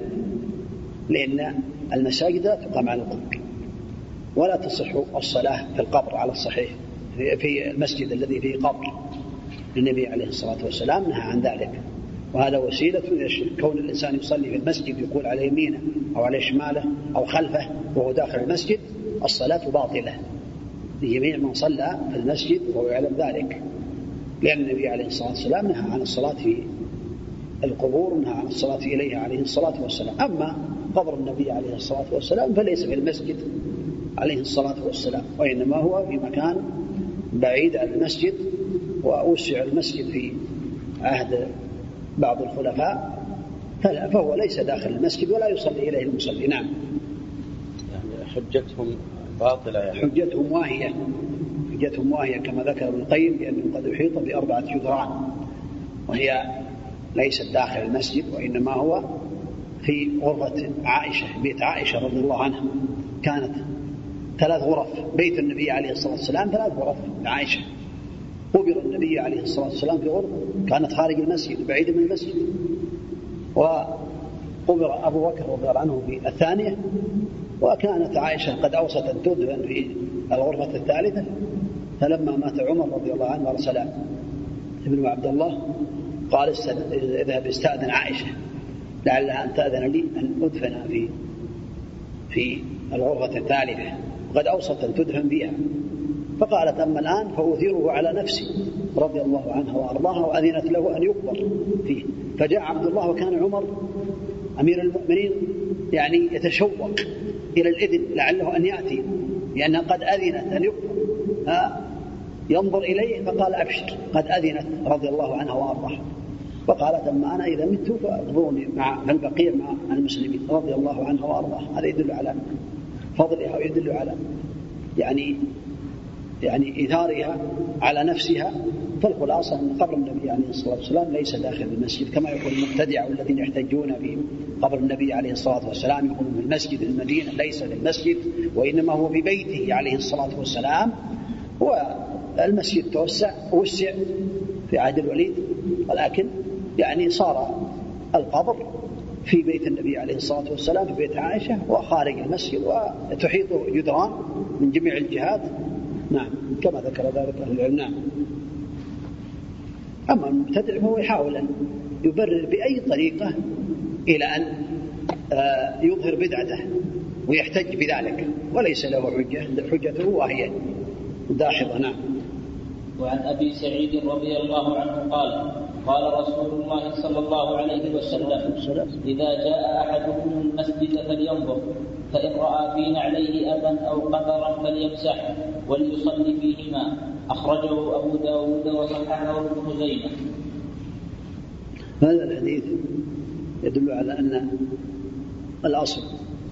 [SPEAKER 1] لأن المساجد تقام على القبر ولا تصح الصلاة في القبر على الصحيح في المسجد الذي فيه قبر. النبي عليه الصلاة والسلام نهى عن ذلك، وهذا وسيلة للشرك. كون الإنسان يصلي في المسجد يقول على يمينه أو على شماله أو خلفه وهو داخل المسجد الصلاة باطلة لجميع من صلى في المسجد وهو يعلم ذلك، لأن النبي عليه الصلاة والسلام نهى عن الصلاة في القبور ونهى عن الصلاة إليها عليه الصلاة والسلام. أما قبر النبي عليه الصلاة والسلام فليس في المسجد عليه الصلاة والسلام، وإنما هو في مكان بعيد عن المسجد، وأوسع المسجد في عهد بعض الخلفاء فهو ليس داخل المسجد ولا يصلي إليه المصلي. نعم.
[SPEAKER 5] يعني حجتهم باطلة يعني.
[SPEAKER 1] حجتهم واهية حجتهم واهية كما ذكر ابن القيم لأنه قد أحيط بأربعة جدران وهي ليست داخل المسجد، وإنما هو في غرفة عائشة بيت عائشة رضي الله عنها. كانت ثلاث غرف بيت النبي عليه الصلاة والسلام ثلاث غرف عائشة. قبر النبي عليه الصلاة والسلام في غرفة كانت خارج المسجد بعيدة من المسجد، وقبر أبو بكر رضي الله عنه في الثانية، وكانت عائشة قد أوصت أن تدفن في الغرفة الثالثة. فلما مات عمر رضي الله عنه أرسل ابن عبد الله قال اذهب استأذن عائشة لعلها أن تأذن لي أن أدفن في في الغرفة الثالثة، وقد أوصت أن تدفن بها. فقالت أما الآن فأثيره على نفسي رضي الله عنها وأرضاها، وأذنت له أن يقبر فيه. فجاء عبد الله وكان عمر أمير المؤمنين يعني يتشوق إلى الإذن لعله أن يأتي لأنها قد أذنت أن يقبر، ينظر إليه فقال أبشر قد أذنت رضي الله عنها وأرضاها. فقالت أما أنا إذا مت فأقبروني مع البقيع مع المسلمين رضي الله عنها وأرضاها. هذا يدل على فضلها ويدل على يعني يعني إثارها على نفسها. فالخلاصة أن قبر النبي عليه الصلاة والسلام ليس داخل المسجد كما يقول المبتدع الذين يحتجون بقبر النبي عليه الصلاة والسلام، يقولون في المسجد في المدينة. ليس في المسجد وإنما هو ببيته عليه الصلاة والسلام. والمسجد توسع وسع في عهد الوليد، ولكن يعني صار القبر في بيت النبي عليه الصلاة والسلام في بيت عائشة وخارج المسجد وتحيطه جدران من جميع الجهات. نعم كما ذكر ذلك أهل العلم. نعم. أما المبتدع فهو يحاول أن يبرر بأي طريقة إلى أن يظهر بدعته ويحتج بذلك وليس له حجة، حجته وهي داحضة. نعم.
[SPEAKER 3] وعن أبي سعيد رضي الله عنه قال قال رسول الله صلى الله عليه وسلم إذا جاء أحدكم المسجد فلينظر فإن رأى في نعليه أذى أو قدرا فليمسح وليصلي فيهما. أخرجه أبو داود وصححه ابن خزيمة.
[SPEAKER 1] هذا الحديث يدل على أن الأصل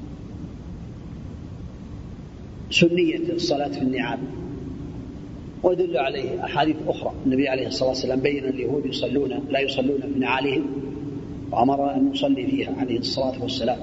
[SPEAKER 1] سنية الصلاة في النعال، ويدل عليه أحاديث أخرى. النبي عليه الصلاة والسلام بين اليهود يصلون لا يصلون في نعالهم وأمر أن يصلي فيها عليه الصلاة والسلام،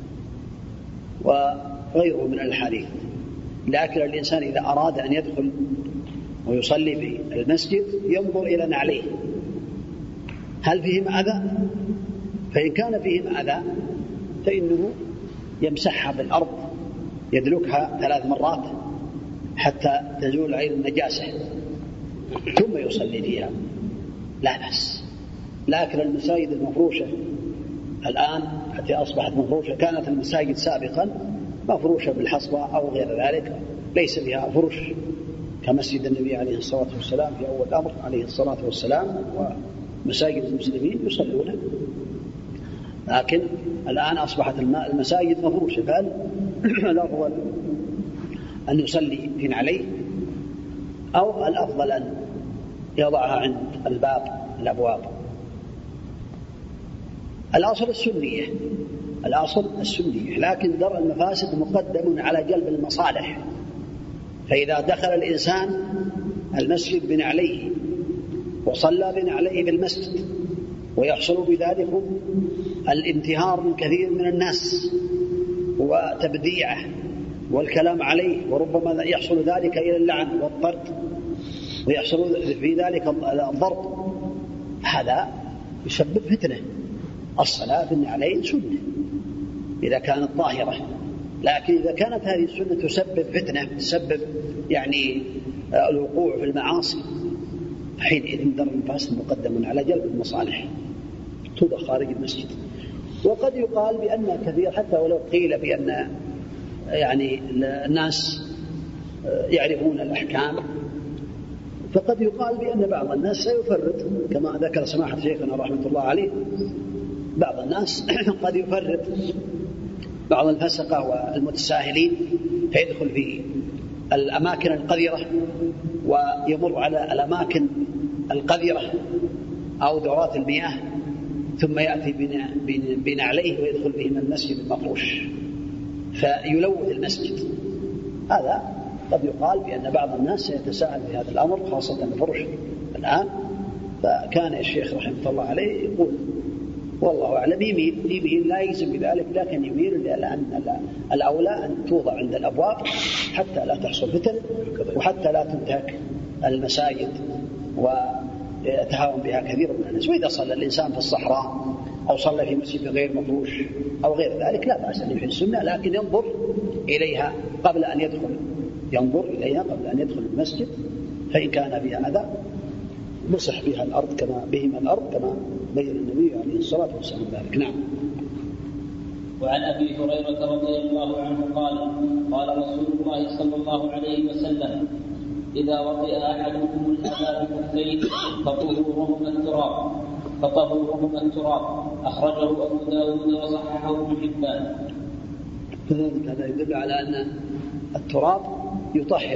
[SPEAKER 1] وغيره من الحديث. لكن الإنسان إذا أراد أن يدخل ويصلي في المسجد ينظر إلى نعليه هل فيهم أذى، فإن كان فيهم أذى فإنه يمسحها بالأرض يدلكها ثلاث مرات حتى تزول عين النجاسة ثم يصلي فيها لا بأس. لكن المساجد المفروشة الآن حتى أصبحت مفروشة، كانت المساجد سابقا مفروشة بالحصبة أو غير ذلك ليس بها فرش كمسجد النبي عليه الصلاة والسلام في أول الأمر عليه الصلاة والسلام ومساجد المسلمين يصلون، لكن الآن أصبحت المساجد مفروشة، فهل الأفضل أن يصلي في نعليه أو الأفضل أن يضعها عند الباب الأبواب؟ الأصل السنية، الأصل السنية، لكن درء المفاسد مقدم على جلب المصالح. فإذا دخل الإنسان المسجد بنعليه وصلى بنعليه بالمسجد ويحصل بذلك الانتهار من كثير من الناس وتبديعه والكلام عليه، وربما يحصل ذلك إلى اللعن والطرد ويحصل في ذلك الضرب، هذا يسبب فتنة. الصلاة بالنعلين سنة إذا كانت طاهرة، لكن إذا كانت هذه السنة تسبب فتنة، تسبب يعني الوقوع في المعاصي، حينئذ درء المفاسد مقدم على جلب المصالح، توضع خارج المسجد. وقد يقال بأن كثير، حتى ولو قيل بأن يعني الناس يعرفون الأحكام، فقد يقال بأن بعض الناس سيفرط، كما ذكر سماحة شيخنا رحمة الله عليه، بعض الناس قد يفرط، بعض الفسقة والمتساهلين، فيدخل في الأماكن القذرة ويمر على الأماكن القذرة أو دورات المياه، ثم يأتي بنعليه ويدخل بهم المسجد المفروش فيلوث المسجد. هذا قد يقال بأن بعض الناس سيتساءل في هذا الأمر، خاصة الفرش الآن. فكان الشيخ رحمه الله عليه يقول والله أعلم يميل يميل لا يجزم بذلك، لكن يميل لأن الأولى أن توضع عند الأبواب حتى لا تحصل فتن، وحتى لا تنتهك المساجد ويتهاون بها كثير من الناس. وإذا صلى الإنسان في الصحراء أو صلى في مسجد غير مفروش أو غير ذلك لا بأس أن يحل السنة، لكن ينظر إليها قبل أن يدخل ينظر إليها قبل أن يدخل المسجد، فإن كان فيها أذى مسح بها الأرض كما بهما الأرض كما بين النبي عليه الصلاة والسلام ذلك. نعم.
[SPEAKER 3] وعن أبي هريرة رضي الله عنه قال قال رسول الله صلى الله عليه وسلم: إذا وطئ أحدكم الأذى بكفيه فطهورهما التراب فطهورهما التراب أخرجه أبو داود وصححه ابن حبان.
[SPEAKER 1] كذلك هذا يدل على أن التراب يطهر،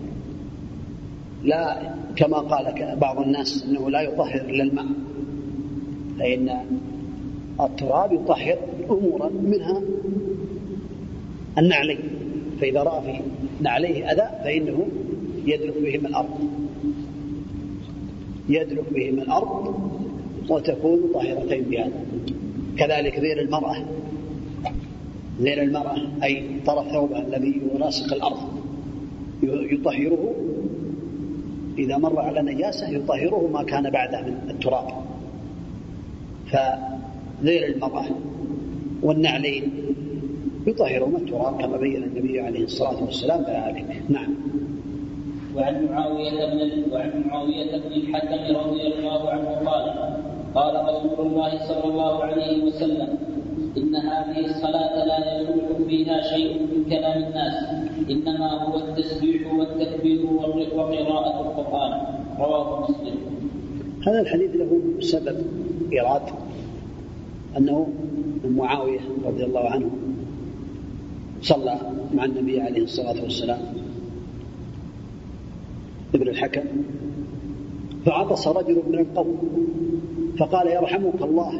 [SPEAKER 1] لا كما قال بعض الناس أنه لا يطهر إلا الماء، فإن التراب يطهر أمورا منها النعلين، فإذا رأى في نعليه أذى فإنه يدلك بهم الأرض يدلك بهم الأرض وتكون طاهرتين بهذا. كذلك ذيل المرأة ذيل المرأة أي طرف ثوبها الذي يلاصق الأرض يطهره، إذا مر على نجاسة يطهره ما كان بعده من التراب. فذيل المرأة والنعلين يطهرهما التراب كما بين النبي عليه الصلاة والسلام ذلك. نعم.
[SPEAKER 3] وعن معاوية بن وعن معاوية بن الحكم رضي الله عنه قال قال رسول الله صلى الله عليه وسلم: إن هذه الصلاة لا يصلح فيها شيء من كلام الناس، إنما هو التسبيح والتكبير وقراءة القرآن. رواه مسلم.
[SPEAKER 1] هذا الحديث له سبب إيراد، أنه معاوية رضي الله عنه صلى مع النبي عليه الصلاة والسلام ابن الحكم، فعطس رجل من القوم فقال: يرحمك الله،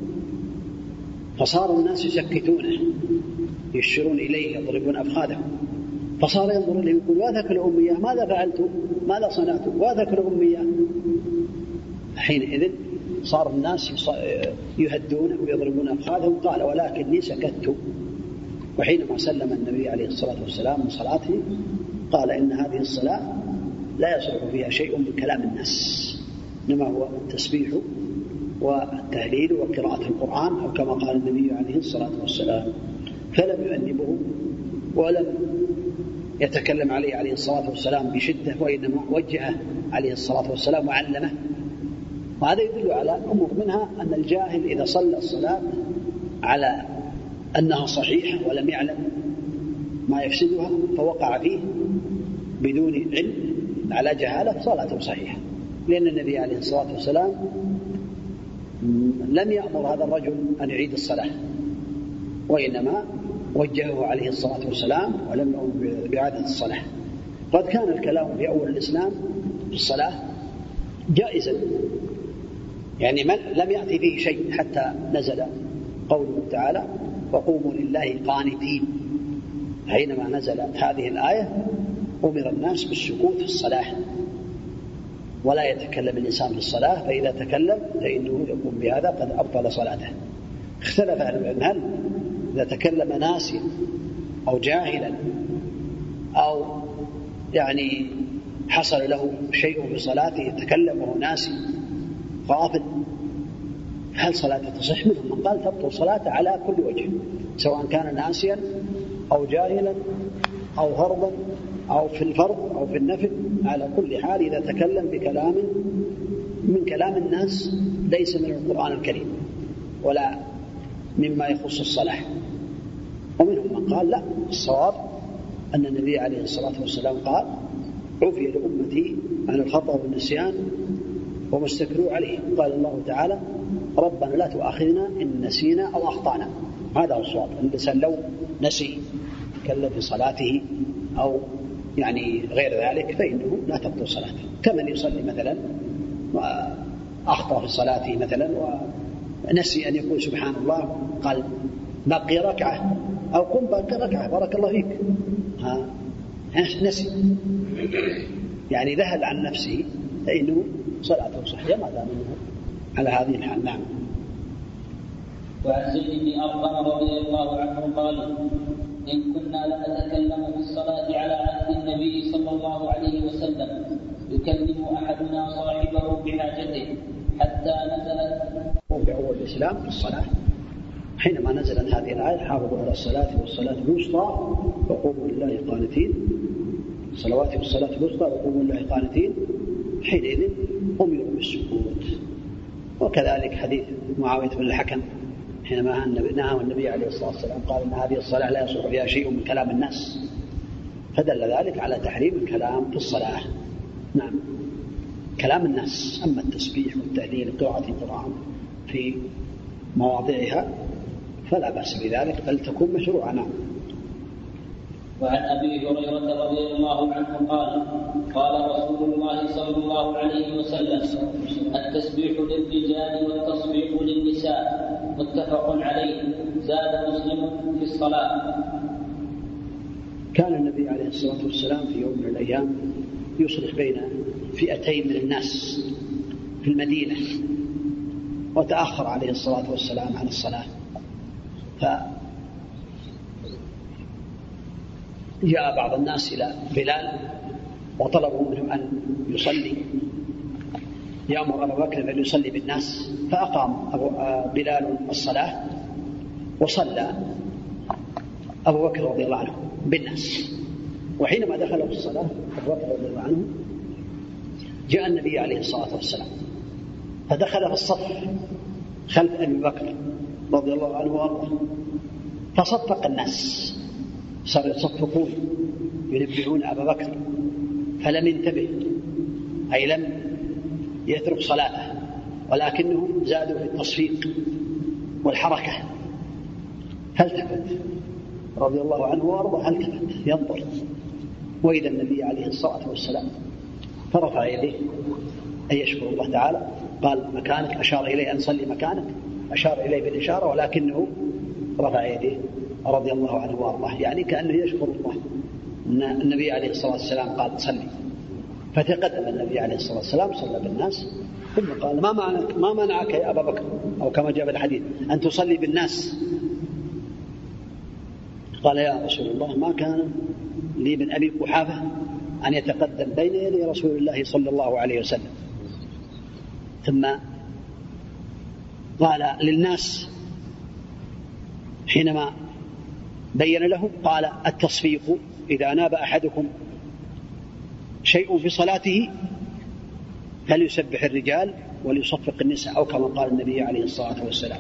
[SPEAKER 1] فصار الناس يسكتونه يشيرون إليه يضربون أفخاذهم، فصار ينظر إليه يقول: واذاك الأمية ماذا فعلت ماذا صنعت واذاك الأمية. حينئذ صار الناس يهدونه ويضربون أفخاذهم. قال: ولكني سكت. وحينما سلم النبي عليه الصلاة والسلام من صلاته قال: إن هذه الصلاة لا يصلح فيها شيء من كلام الناس، إنما هو التسبيح والتهليل وقراءة القرآن، أو كما قال النبي عليه الصلاة والسلام. فلم يؤنبه ولم يتكلم عليه عليه الصلاة والسلام بشدة، وإنما وجهه عليه الصلاة والسلام وعلمه. وهذا يدل على أمور، منها أن الجاهل إذا صلى الصلاة على أنها صحيحة ولم يعلم ما يفسدها فوقع فيه بدون علم، على جهالة صلاته صحيحة، لأن النبي عليه الصلاة والسلام لم يأمر هذا الرجل أن يعيد الصلاة، وإنما وجهه عليه الصلاة والسلام ولم يأمر بإعادة الصلاة. قد كان الكلام في أول الإسلام في الصلاة جائزا، يعني من لم يأتي به شيء حتى نزل قوله تعالى وقوموا لله قانتين. حينما نزلت هذه الآية أمر الناس بالسكوت في الصلاة ولا يتكلم الإنسان في الصلاة، فإذا تكلم فإنه يقوم بهذا قد أبطل صلاته. اختلف أهل العلم هل إذا تكلم ناسيا أو جاهلا أو يعني حصل له شيء في صلاته يتكلم وهو ناسي غافل هل صلاته تصح؟ منهم من قال تبطل صلاته على كل وجه، سواء كان ناسيا أو جاهلا أو هربا أو في الفرض أو في النفل، على كل حال إذا تكلم بكلام من كلام الناس ليس من القرآن الكريم ولا مما يخص الصلاة. ومنهم من قال لا، الصواب أن النبي عليه الصلاة والسلام قال عفي لأمتي عن الخطأ والنسيان وما استكروا عليه. قال الله تعالى ربنا لا تؤاخذنا إن نسينا أو أخطأنا. هذا هو الصواب. الإنسان لو نسي تكلم في صلاته أو يعني غير ذلك فإنه لا تبطل صلاته، كمن يصلي مثلا وأخطأ في صلاته مثلا ونسي أن يقول سبحان الله قال بقي ركعة أو قم بقي ركعة بارك الله فيك، ها نسي يعني ذهل عن نفسه فإنه صلاته صحيحة ما دام منه على هذه الحال. نعم.
[SPEAKER 3] وعن زيد بن أرقم رضي الله عنه قال إن كنا لنتكلم في الصلاة على عهد النبي صلى الله عليه وسلم يكلم أحدنا صاحبه بحاجته حتى نزلت
[SPEAKER 1] في أول الإسلام في الصلاة. حينما نزلت هذه الآية حافظوا على الصلاة والصلاة الوسطى وقوموا لله قانتين، الصلوات والصلاة الوسطى وقوموا لله قانتين، حينئذ أمروا بالسكوت. وكذلك حديث معاوية بن الحكم حينما نهى النبي عليه الصلاة والسلام قال إن هذه الصلاة لا يصح فيها شيء من كلام الناس، فدل ذلك على تحريم الكلام في الصلاة. نعم، كلام الناس. أما التسبيح والتهليل قراءة القرآن في مواضعها فلا بأس بذلك بل تكون مشروعة. نعم.
[SPEAKER 3] وعن أبي هريرة رضي الله عنه قال قال رسول الله صلى الله عليه وسلم التسبيح للرجال والتصبيح للنساء متفق عليه. زاد مسلم في الصلاة.
[SPEAKER 1] كان النبي عليه الصلاة والسلام في يوم من الأيام يصلح بين فئتين من الناس في المدينة، وتأخر عليه الصلاة والسلام عن الصلاة، فجاء بعض الناس إلى بلال وطلبوا منه أن يصلي، يأمر أبو بكر أن يصلي بالناس، فأقام أبو بلال الصلاة وصلى أبو بكر رضي الله عنه بالناس. وحينما دخل في الصلاة أبو بكر رضي الله عنه جاء النبي عليه الصلاة والسلام فدخل في الصف خلف أبي بكر رضي الله عنه وأرضاه، فصفق الناس، صاروا يصفقون ينبهون أبا بكر، فلم ينتبه أي لم يترك صلاته، ولكنهم زادوا في التصفيق والحركة. فالتفت رضي الله عنه وأرضاه، التفت ينظر، وإذا النبي عليه الصلاة والسلام فرفع يديه أن يشكر الله تعالى، قال مكانك، أشار إليه أن صلي مكانك، أشار إليه بالإشارة، ولكنه رفع يديه رضي الله عنه وأرضاه، يعني كأنه يشكر الله. النبي عليه الصلاة والسلام قال صلي، فتقدم النبي عليه الصلاة والسلام صلى بالناس، ثم قال ما منعك, ما منعك يا أبا بكر، أو كما جاء بالحديث أن تصلي بالناس؟ قال يا رسول الله ما كان لي من أبي قحافة أن يتقدم بين يدي رسول الله صلى الله عليه وسلم. ثم قال للناس حينما بين لهم قال التصفيق إذا ناب أحدكم شيء في صلاته فليسبح الرجال وليصفق النساء، أو كما قال النبي عليه الصلاة والسلام.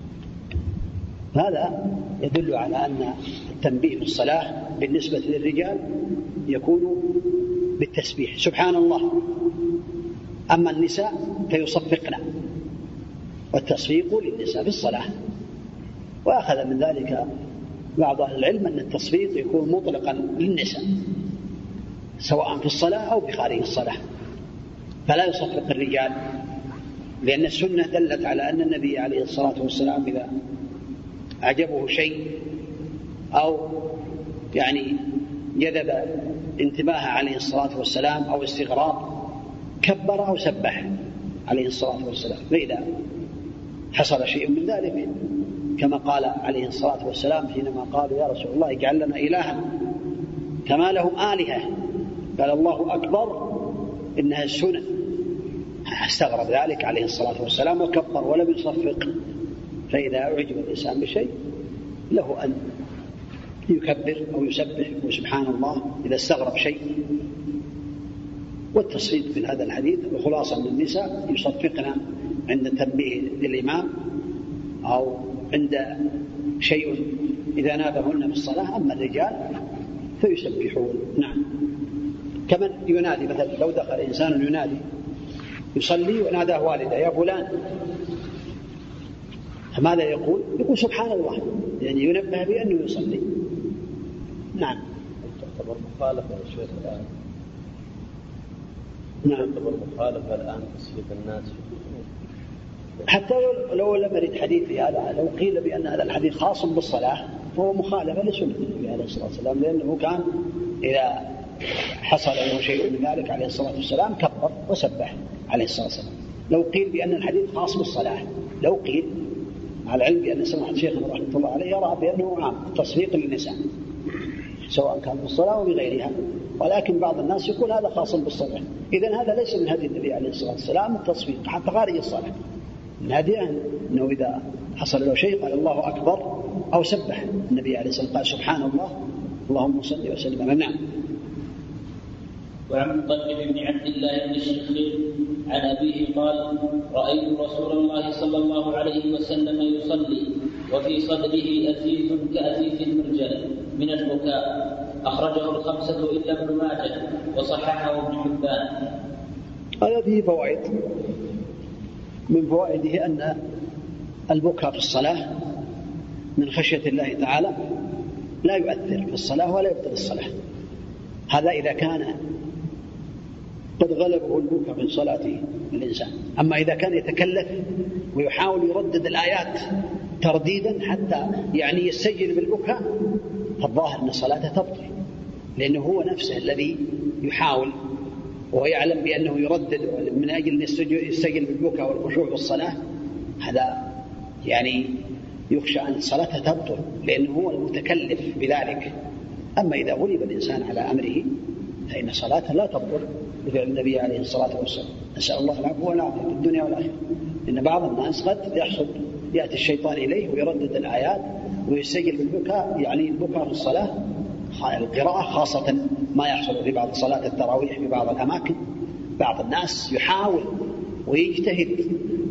[SPEAKER 1] هذا يدل على أن التنبيه في الصلاة بالنسبة للرجال يكون بالتسبيح سبحان الله. أما النساء فيصفقن، والتصفيق للنساء في الصلاة. وأخذ من ذلك بعض أهل العلم أن التصفيق يكون مطلقا للنساء سواء في الصلاة أو بخارج الصلاة، فلا يصفق الرجال، لأن السنة دلت على أن النبي عليه الصلاة والسلام إذا أعجبه شيء أو يعني جذب انتباهه عليه الصلاة والسلام أو استغراب كبر أو سبح عليه الصلاة والسلام. فإذا حصل شيء من ذلك كما قال عليه الصلاة والسلام حينما قالوا يا رسول الله اجعل لنا إلها كما لهم آلهة، قال الله أكبر إنها السنة، استغرب ذلك عليه الصلاة والسلام وكبر ولم يصفق. فإذا أعجب الإنسان بشيء له أن يكبر أو يسبح وسبحان الله إذا استغرب شيء. والتصفيق في هذا الحديث وخلاصة من النساء يصفقن عند تنبيه الإمام أو عند شيء إذا نابهن في الصلاة. أما الرجال فيسبحون. نعم. كمن ينادي مثلا لو دخل إنسان ينادي يصلي وناداه والده يا فلان، فماذا يقول؟ يقول سبحان الله، يعني ينبه بأنه يصلي. نعم.
[SPEAKER 5] تعتبر مخالفة يا شيخ الآن؟
[SPEAKER 1] نعم.
[SPEAKER 5] تعتبر مخالفة الآن تصفيق الناس
[SPEAKER 1] حتى لو لم يرد حديث في هذا، لو قيل بأن هذا الحديث خاص بالصلاة فهو مخالفة لسنة النبي عليه الصلاة والسلام، لأنه كان إذا حصل له شيء من ذلك عليه الصلاة والسلام كبر وسبح عليه الصلاة والسلام. لو قيل بأن الحديث خاص بالصلاة، لو قيل مع العلم بأن سماحة شيخنا رحمة الله عليه يرى بأنه عام تصفيق للنساء سواء كان بالصلاة أو بغيرها، ولكن بعض الناس يقول هذا خاص بالصلاة. إذن هذا ليس من هدي النبي عليه الصلاة والسلام التصفيق حتى خارج الصلاة. من هديه أنه إذا حصل له شيء قال الله أكبر أو سبح. النبي عليه الصلاة والسلام قال سبحان الله اللهم صل وسلم. نعم.
[SPEAKER 3] وعن مطلب بن عبد الله بن الشخير عن أبيه قال رأيت رسول الله صلى الله عليه وسلم يصلي وفي صدره أثيث كأثيث المرجل من البكاء، أخرجه الخمسة إلا ابن ماجه وصححه ابن حبان.
[SPEAKER 1] هذا فيه فوائد. من فوائده أن البكاء في الصلاة من خشية الله تعالى لا يؤثر في الصلاة ولا يبطل الصلاة. هذا إذا كان قد غلبه البكاء في صلاته الإنسان. أما إذا كان يتكلف ويحاول يردد الآيات ترديدا حتى يعني يستجل بالبكاء فالظاهر أن صلاته تبطل، لأنه هو نفسه الذي يحاول ويعلم بأنه يردد من أجل أن يستجل بالبكاء والخشوع بالصلاة. هذا يعني يخشى أن صلاته تبطل لأنه هو المتكلف بذلك. أما إذا غلب الإنسان على أمره فإن صلاته لا تبطل بفعل النبي عليه الصلاة والسلام. نسأل الله العفو والعافية في الدنيا والآخرة. إن بعض الناس قد يحصل يأتي الشيطان إليه ويردد الآيات ويستجل بالبكاء، يعني البكاء في الصلاة القراءة خاصة ما يحصل في بعض صلاة التراويح في بعض الأماكن. بعض الناس يحاول ويجتهد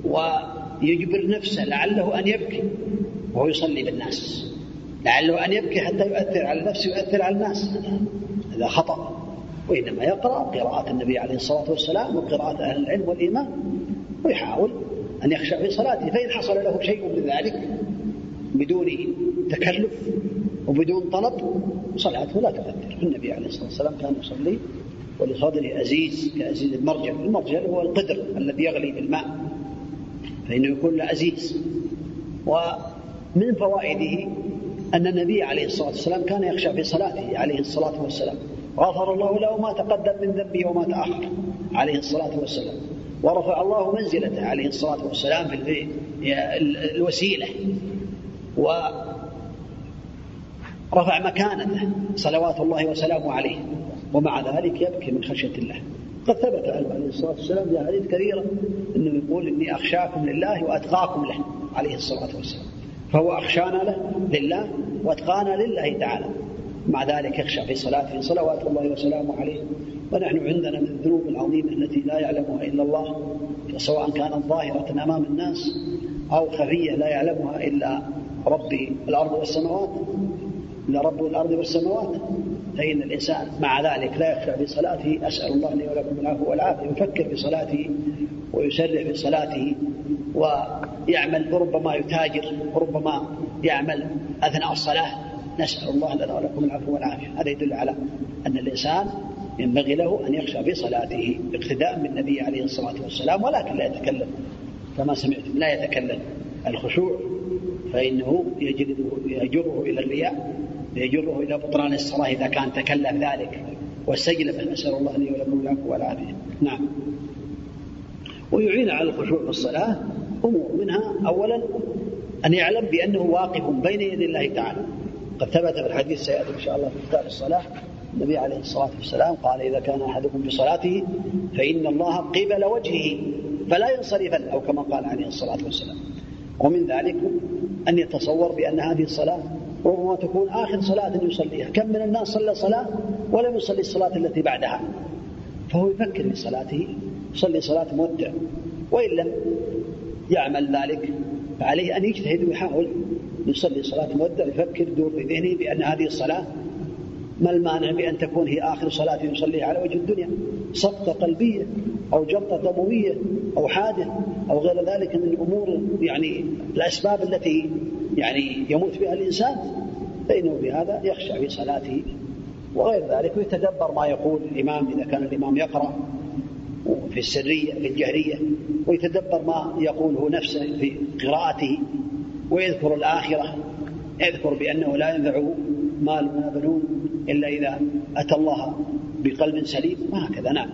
[SPEAKER 1] ويجبر نفسه لعله أن يبكي وهو يصلي بالناس، لعله أن يبكي حتى يؤثر على نفسه ويؤثر على الناس. هذا خطأ. وإنما يقرأ قراءة النبي عليه الصلاة والسلام وقراءة أهل العلم والإيمان ويحاول أن يخشع في صلاته. فإن حصل له شيء من ذلك بدون تكلف وبدون طلب صلاته لا تؤثر. النبي عليه الصلاة والسلام كان يصلي ولصدره أزيز كأزيز المرجل. المرجل هو القدر الذي يغلي بالماء فإنه يكون له أزيز. ومن فوائده أن النبي عليه الصلاة والسلام كان يخشع في صلاته عليه الصلاة والسلام، غفر الله له ما تقدم من ذنبه وما تأخر عليه الصلاة والسلام، ورفع الله منزلته عليه الصلاة والسلام في الوسيلة ورفع مكانته صلوات الله وسلامه عليه، ومع ذلك يبكي من خشية الله. قد ثبت عليه الصلاة والسلام في حديث كثيرة أنه يقول إني أخشاكم لله وأتقاكم له عليه الصلاة والسلام، فهو أخشانا له لله وأتقانا لله تعالى، مع ذلك يخشى في صلاته صلوات الله وسلامه عليه. ونحن عندنا من الذنوب العظيمة التي لا يعلمها إلا الله، سواء كانت ظاهرة أمام الناس أو خفية لا يعلمها إلا رب الأرض والسماوات إلا رب الأرض والسماوات. فإن الإنسان مع ذلك لا يخشع في صلاته. أسأل الله لي ولكم العفو والعافية. يفكر في صلاته ويسرح في صلاته ويعمل، وربما يتاجر، وربما يعمل أثناء الصلاة. نسأل الله لنا ولكم العفو والعافية. هذا يدل على أن الإنسان ينبغي له أن يخشع في صلاته اقتداء بالنبي عليه الصلاة والسلام، ولكن لا يتكلم كما سمعتم، لا يتكلم. الخشوع فإنه يجره إلى الرياء، يجره إلى بطلان الصلاة إذا كان تكلم ذلك واستجلب. نسأل الله لي ولكم العفو والعافية. نعم. ويعين على الخشوع في الصلاة أمور، منها أولا أن يعلم بأنه واقف بين يدي الله تعالى. قد ثبت في الحديث سيأتي إن شاء الله في كتاب الصلاة، النبي عليه الصلاة والسلام قال: إذا كان أحدكم في صلاته فإن الله قبل وجهه فلا ينصرفن، أو كما قال عليه الصلاة والسلام. ومن ذلك أن يتصور بأن هذه الصلاة ربما تكون آخر صلاة يصليها. كم من الناس صلى صلاة ولم يصلي الصلاة التي بعدها، فهو يفكر في صلاته، يصلي صلاة مودع. وإن لم يعمل ذلك فعليه أن يجتهد ويحاول يصلي صلاة مودع، يفكر دور في ذهنه بأن هذه الصلاة ما المانع بأن تكون هي آخر صلاة يصليها على وجه الدنيا، سقطة قلبية أو جلطة دموية أو حادث أو غير ذلك من أمور يعني الأسباب التي يعني يموت بها الإنسان، فإنه بهذا يخشع في صلاته وغير ذلك، ويتدبر ما يقول الإمام إذا كان الإمام يقرأ في السرية في الجهرية، ويتدبر ما يقوله نفسه في قراءته، ويذكر الآخرة، يذكر بأنه لا ينفعه مال ولا بنون إلا إذا أتى الله بقلب سليم، وهكذا. نعم.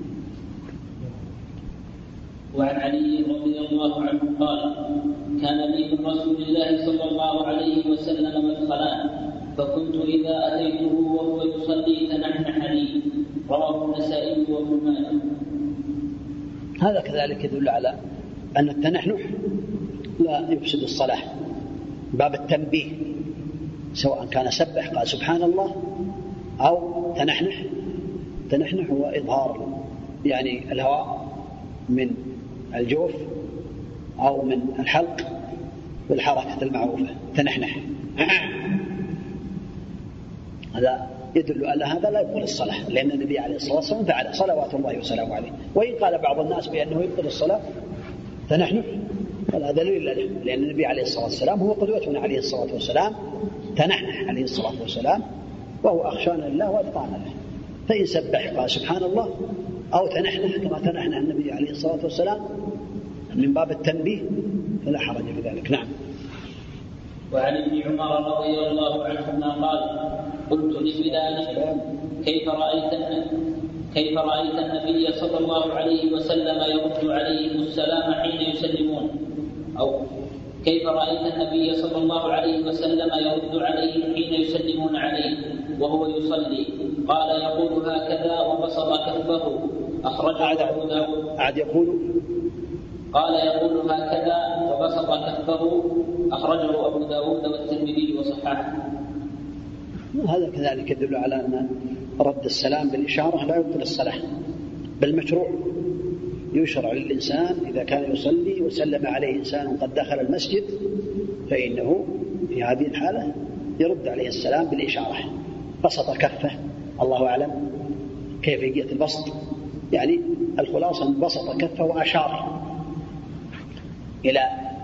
[SPEAKER 3] وعن علي رضي الله عنه قال: كان لي من رسول الله صلى الله عليه وسلم مدخلان، فكنت إذا أتيته وهو يصلي تنحنح لي. رواه النسائي وابن ماجه.
[SPEAKER 1] هذا كذلك يدل على أن التنحنح لا يفسد الصلاة، باب التنبيه، سواء كان سبح قال سبحان الله أو تنحنح. تنحنح هو إظهار يعني الهواء من الجوف أو من الحلق بالحركة المعروفة، تنحنح. هذا يدل على هذا لا يبطل الصلاة، لأن النبي عليه الصلاة والسلام فعل صلوات الله وسلامه عليه. وإن قال بعض الناس بأنه يبطل الصلاة تنحنح، هذا دليل له، لأن النبي عليه الصلاة والسلام هو قدوتنا عليه الصلاة والسلام، تنحنح عليه الصلاة والسلام، وهو أخشانا لله وأتقانا له. فإن سبح قال سبحان الله أو تنحنح كما تنحنح النبي عليه الصلاة والسلام من باب التنبيه فلا حرج في ذلك. نعم.
[SPEAKER 3] وعن ابن عمر رضي الله عنهما قال: قلت لبلال: كيف رأيت كيف رأيت النبي صلى الله عليه وسلم يرد عليهم السلام حين يسلمون؟ أو كيف رأيت النبي صلى الله عليه وسلم يرد عليهم حين يسلمون عليه وهو يصلي؟ قال: يقول هكذا وبسط كفه. أخرجه أبو داود.
[SPEAKER 1] أعد يقول
[SPEAKER 3] قال: يقول هكذا وبسط كفه. أخرجه أبو داود والترمذي وصححه.
[SPEAKER 1] هذا كذلك يدل على أن رد السلام بالإشارة لا يبطل الصلاة، بل مشروع. يشرع للإنسان إذا كان يصلي وسلم عليه إنسان قد دخل المسجد فإنه في هذه الحالة يرد عليه السلام بالإشارة. بسط كفه، الله أعلم كيفية البسط، يعني الخلاصة بسط كفه وأشار إلى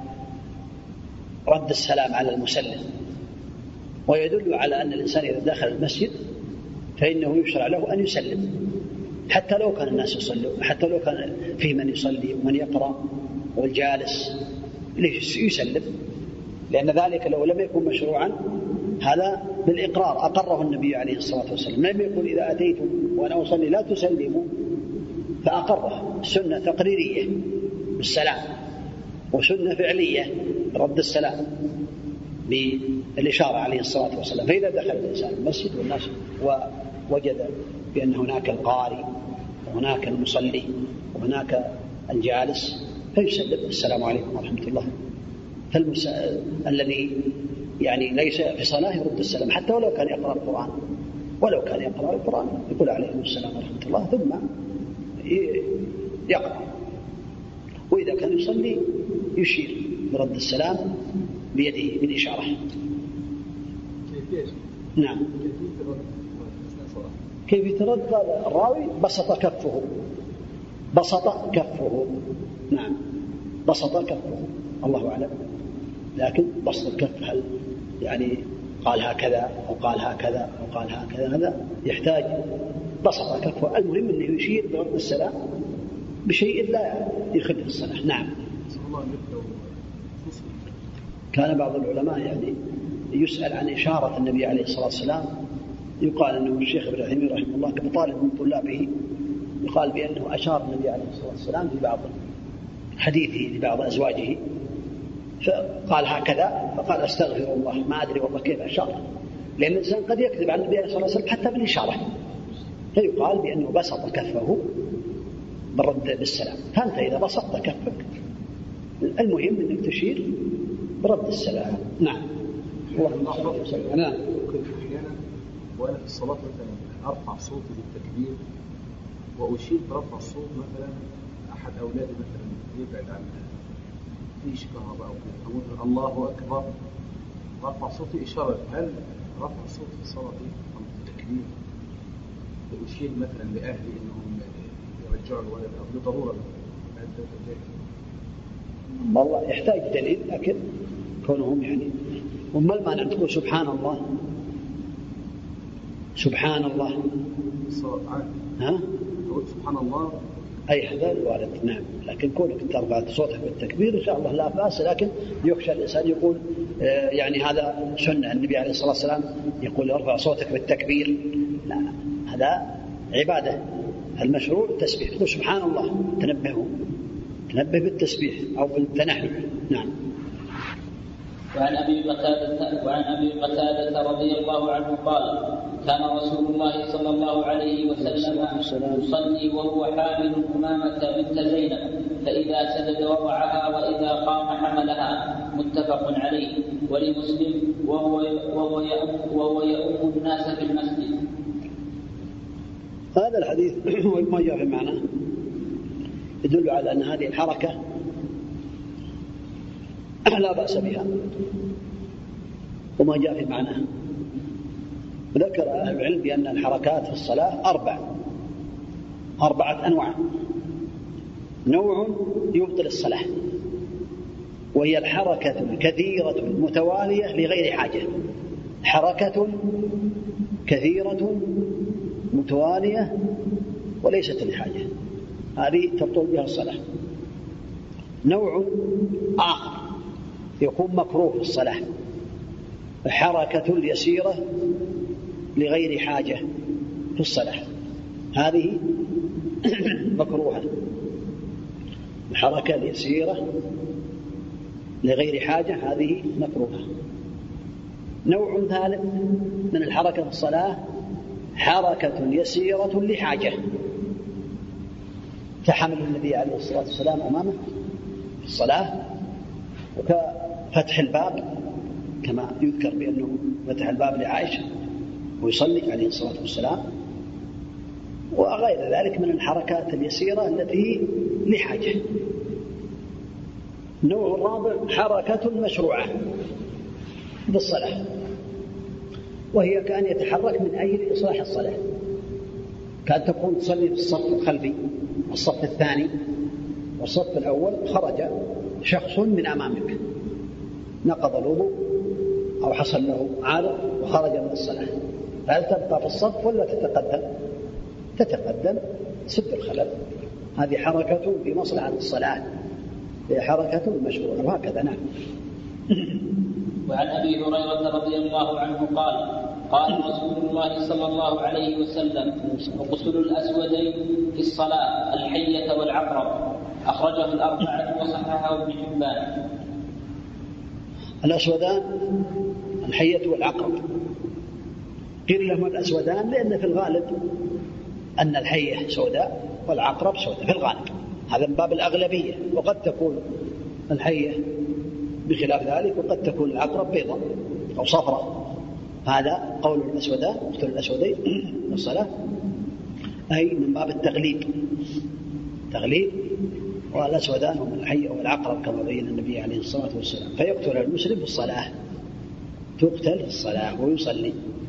[SPEAKER 1] رد السلام على المسلم. ويدل على أن الإنسان إذا دخل المسجد فإنه يشرع له أن يسلم، حتى لو كان الناس يصلون، حتى لو كان فيه من يصلي ومن يقرأ والجالس يسلم، لأن ذلك لو لم يكن مشروعا هذا بالإقرار أقره النبي عليه الصلاة والسلام. لم يقل إذا أتيتم وأنا أصلي لا تسلموا، فأقره. سنة تقريرية بالسلام، وسنة فعلية رد السلام بالإشارة عليه الصلاة والسلام. فإذا دخل الإنسان المسجد والناس ووجد بأن هناك القارئ وهناك المصلي وهناك الجالس فيسلم السلام عليكم ورحمة الله. فالذي يعني ليس في صلاة يرد السلام، حتى ولو كان يقرأ القرآن، ولو كان يقرأ القرآن يقول عليكم السلام ورحمة الله ثم يقرأ. وإذا كان يصلي يشير برد السلام بيده بالإشارة. نعم. كيف يترد؟ قال الراوي بسط كفه، بسط كفه، نعم بسط كفه، الله أعلم. لكن بسط الكف هل يعني قال هكذا أو قال هكذا أو قال هكذا، هذا يحتاج بسط كفه. المهم أنه يشير برد السلام بشيء لا يخل الصلاة. نعم. كان بعض العلماء يعني يسأل عن إشارة النبي عليه الصلاة والسلام، يقال أنه الشيخ ابن عثيمين رحمه الله كطالب من طلابه يقال بأنه أشار النبي عليه الصلاة والسلام في بعض حديثه لبعض أزواجه فقال هكذا، فقال أستغفر الله، ما أدري والله كيف أشار، لأن الإنسان قد يكذب عن النبي عليه الصلاة والسلام حتى بالإشارة، فيقال بأنه بسط كفه بالرد بالسلام. فأنت إذا بسطت كفك المهم أنك تشير برد السلام. نعم.
[SPEAKER 2] الله أكبر. أنا ممكن أحيانا وأنا في الصلاة مثلا أرفع صوتي بالتكبير وأشير برفع الصوت، مثلا أحد أولادي مثلا يبعد عن فيش كهرباء أو كذا، أقول الله أكبر رفع صوتي إشارة. هل رفع الصوت في الصلاة أو في التكبير أشير مثلا لأهلي إنهم يرجعوا الولد أو لضرورة؟
[SPEAKER 1] والله يحتاج دليل، لكن كونهم يعني وما المانع تقول سبحان الله سبحان الله ها
[SPEAKER 2] تقول سبحان الله
[SPEAKER 1] أي هذا الوارد. نعم. لكن كونك ترفع صوتك بالتكبير إن شاء الله لا بأس، لكن يخشى الإنسان يقول آه يعني هذا سنة النبي عليه الصلاة والسلام يقول ارفع صوتك بالتكبير، لا هذا عبادة. المشروع التسبيح، تقول سبحان الله، تنبهوا تنبه بالتسبيح أو بالتنحي. نعم.
[SPEAKER 3] وعن أبي قتادة وعن أبي قتادة رضي الله عنه قال كان رسول الله صلى الله عليه وسلم يصلي وهو حامل أمامة بنت زينب، فإذا سجد وضعها وإذا قام حملها، متفق عليه. ولمسلم وهو وهو يؤم وهو يؤم الناس في المسجد.
[SPEAKER 1] هذا الحديث وما جاء في معناه يدل على أن هذه الحركة لا بأس بها، وما جاء في معناه. ذكر أهل العلم بأن الحركات في الصلاة أربع أربعة أنواع. نوع يبطل الصلاة، وهي الحركة الكثيرة المتوالية لغير حاجة. حركة كثيرة متوالية وليست لحاجة، هذه تبطل بها الصلاة. نوع آخر يكون مكروه في الصلاة، الحركة اليسيرة لغير حاجة في الصلاة، هذه مكروهة. الحركة اليسيرة لغير حاجة هذه مكروهة. نوع ثالث من الحركة في الصلاة حركة يسيرة لحاجة، كحمل النبي عليه الصلاة والسلام أمامه في الصلاة، وكفتح الباب كما يذكر بأنه فتح الباب لعائشة ويصلي عليه الصلاة والسلام، وغير ذلك من الحركات اليسيرة التي لحاجة. النوع الرابع حركة مشروعة بالصلاة، وهي كأن يتحرك من أجل إصلاح الصلاة، كأن تكون تصلي في الصف الخلفي الصف الثاني والصف الأول، خرج شخص من أمامك نقض الوضوء أو حصل له عارض وخرج من الصلاة، هل تبقى في الصف ولا تتقدم؟ تتقدم سد الخلل. هذه حركة في مصلحة الصلاة، هي حركة مشروعة، وهكذا. نعم.
[SPEAKER 3] وعن أبي هريرة رضي الله عنه قال قال رسول الله صلى الله عليه وسلم اغسلوا الأسودين في الصلاة الحية والعقرب، أخرجه الأربعة وصححه ابن حبان.
[SPEAKER 1] الأسودان الحية والعقرب، قيل لهم الأسودان لأن في الغالب أن الحية سوداء والعقرب سوداء في الغالب، هذا من باب الأغلبية، وقد تكون الحية بخلاف ذلك، وقد تكون العقرب بيضاء أو صفراء. هذا قول الأسودان اقتل الأسودين في الصلاة، أي من باب التغليب تغليب، والأسودان هم الحية والعقرب كما بين النبي عليه الصلاة والسلام. فيقتل المسلم في الصلاة، تقتل في الصلاة ويصلي،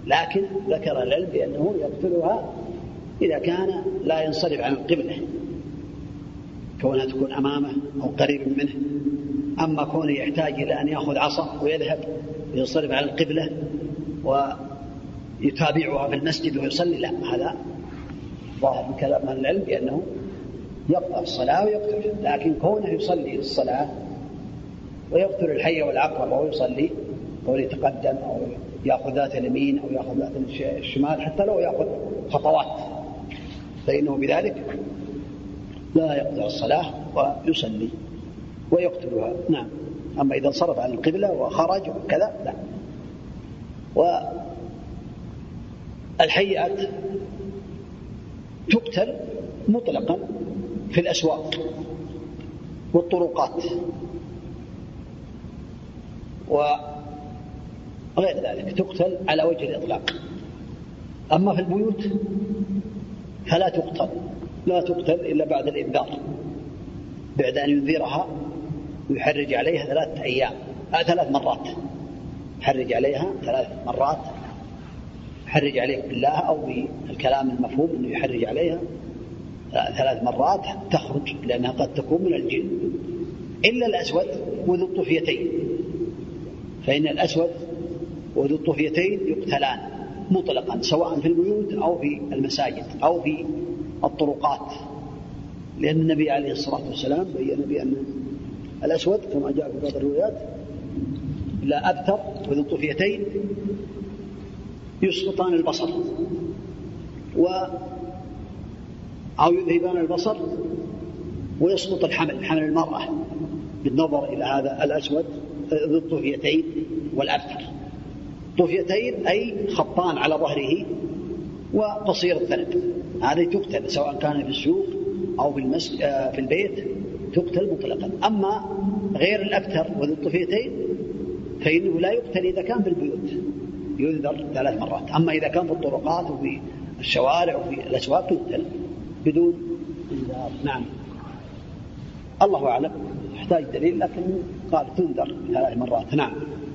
[SPEAKER 1] لكن ذكر العلم بأنه يقتلها إذا كان لا ينصرف عن القبلة، كونها تكون أمامه أو قريب منه. أما كونه يحتاج إلى أن يأخذ عصا ويذهب وينصرف عن القبلة ويتابعها في المسجد ويصلي، لا، هذا ظاهر من كلام أهل العلم بأنه يقطع الصلاة ويقتل. لكن كونه يصلي الصلاة ويقتل الحي والعقرب أو يصلي أو يتقدم أو يأخذ ذات اليمين أو يأخذ ذات الشمال، حتى لو يأخذ خطوات، فإنه بذلك لا يقطع الصلاة ويصلي ويقتلها. نعم. أما إذا انصرف عن القبلة وخرج وكذا لا. والحيات تقتل مطلقا في الأسواق والطرقات وغير ذلك، تقتل على وجه الإطلاق. أما في البيوت فلا تقتل، لا تقتل إلا بعد الإنذار، بعد أن ينذرها ويحرج عليها ثلاث أيام آه ثلاث مرات، يحرج عليها ثلاث مرات، يحرج عليك بالله أو بالكلام المفهوم أنه يحرج عليها ثلاث مرات تخرج، لأنها قد تكون من الجن. إلا الأسود وذو الطفيتين، فإن الأسود وذو الطفيتين يقتلان مطلقا سواء في البيوت أو في المساجد أو في الطرقات، لأن النبي عليه الصلاة والسلام بيّن بأن الأسود كما جاء في بعض الروايات لا أبتر وذو الطفيتين يسقطان البصر و أو يذهبان البصر ويسقط الحمل، حمل المرأة، بالنظر إلى هذا الأسود ذو الطفيتين والأبتر. طفيتين أي خطان على ظهره وقصير الذنب، هذه تقتل سواء كان في السوق أو في, المس... في البيت، تقتل مطلقا. أما غير الأبتر وذو الطفيتين فإنه لا يقتل إذا كان في البيوت، ينذر ثلاث مرات. أما إذا كان في الطرقات وفي الشوارع وفي الأسواق يقتل بدون انذار. نعم. الله أعلم، يحتاج دليل، لكن قال تنذر ثلاث مرات. نعم.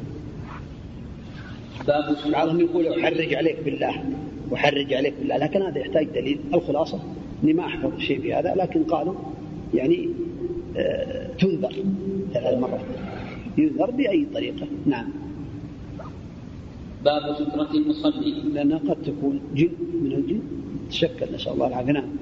[SPEAKER 1] بعضهم يقول أحرج عليك بالله وحرج عليك بالله، لكن هذا يحتاج دليل. الخلاصة إني ما أحفظ شيء في هذا، لكن قالوا يعني آه تنذر ثلاث مرات، ينذر بأي طريقة. نعم.
[SPEAKER 3] باب سترة المصلي،
[SPEAKER 1] لأنها قد تكون جن من الجن تشكل، نسأل الله العافية. نعم.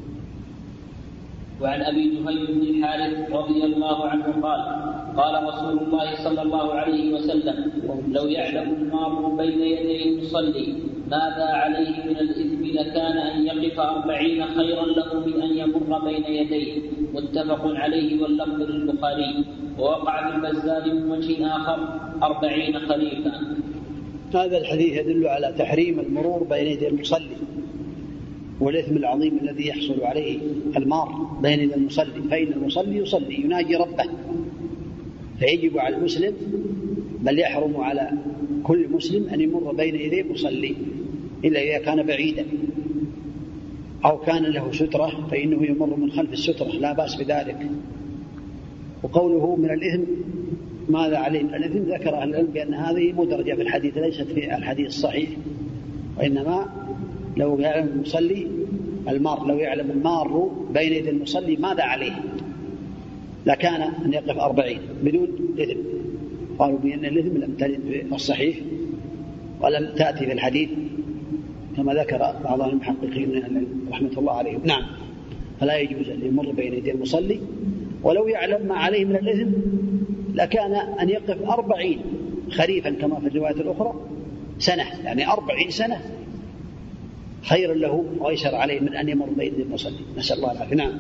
[SPEAKER 3] وعن أبي جهيم بن الحارث رضي الله عنه قال قال رسول الله صلى الله عليه وسلم: لو يعلم المار بين يدي المصلي ماذا عليه من الإثم لكان أن يقف أربعين خيرا له من أن يمر بين يديه. متفق عليه واللفظ للبخاري. ووقع في البزار من وجه آخر أربعين خريفا.
[SPEAKER 1] هذا الحديث يدل على تحريم المرور بين يدي المصلي والإثم العظيم الذي يحصل عليه المار بين يدي المصلي، فإن المصلي يصلي يناجي ربه، فيجب على المسلم بل يحرم على كل مسلم أن يمر بين يدي مصلي إلا إذا كان بعيدا أو كان له سترة فإنه يمر من خلف السترة، لا بأس بذلك. وقوله من الإثم ماذا عليه من الإثم، ذكر أهل العلم بأن هذه مدرجة في الحديث، ليست في الحديث الصحيح، وإنما لو يعلم المصلي المار لو يعلم المار بين يدي المصلي ماذا عليه لكان أن يقف أربعين بدون إثم. قالوا بأن الإثم لم ترد في الصحيح ولم تأتي في الحديث كما ذكر بعض المحققين رحمة الله عليهم. نعم. فلا يجوز أن يمر بين يدي المصلي، ولو يعلم ما عليه من الإثم لكان أن يقف أربعين خريفا كما في الرواية الأخرى سنة، يعني أربعين سنة خير له وأيسر عليه من أن يمر بين يدي المصلي. نسأل الله العافية. نعم.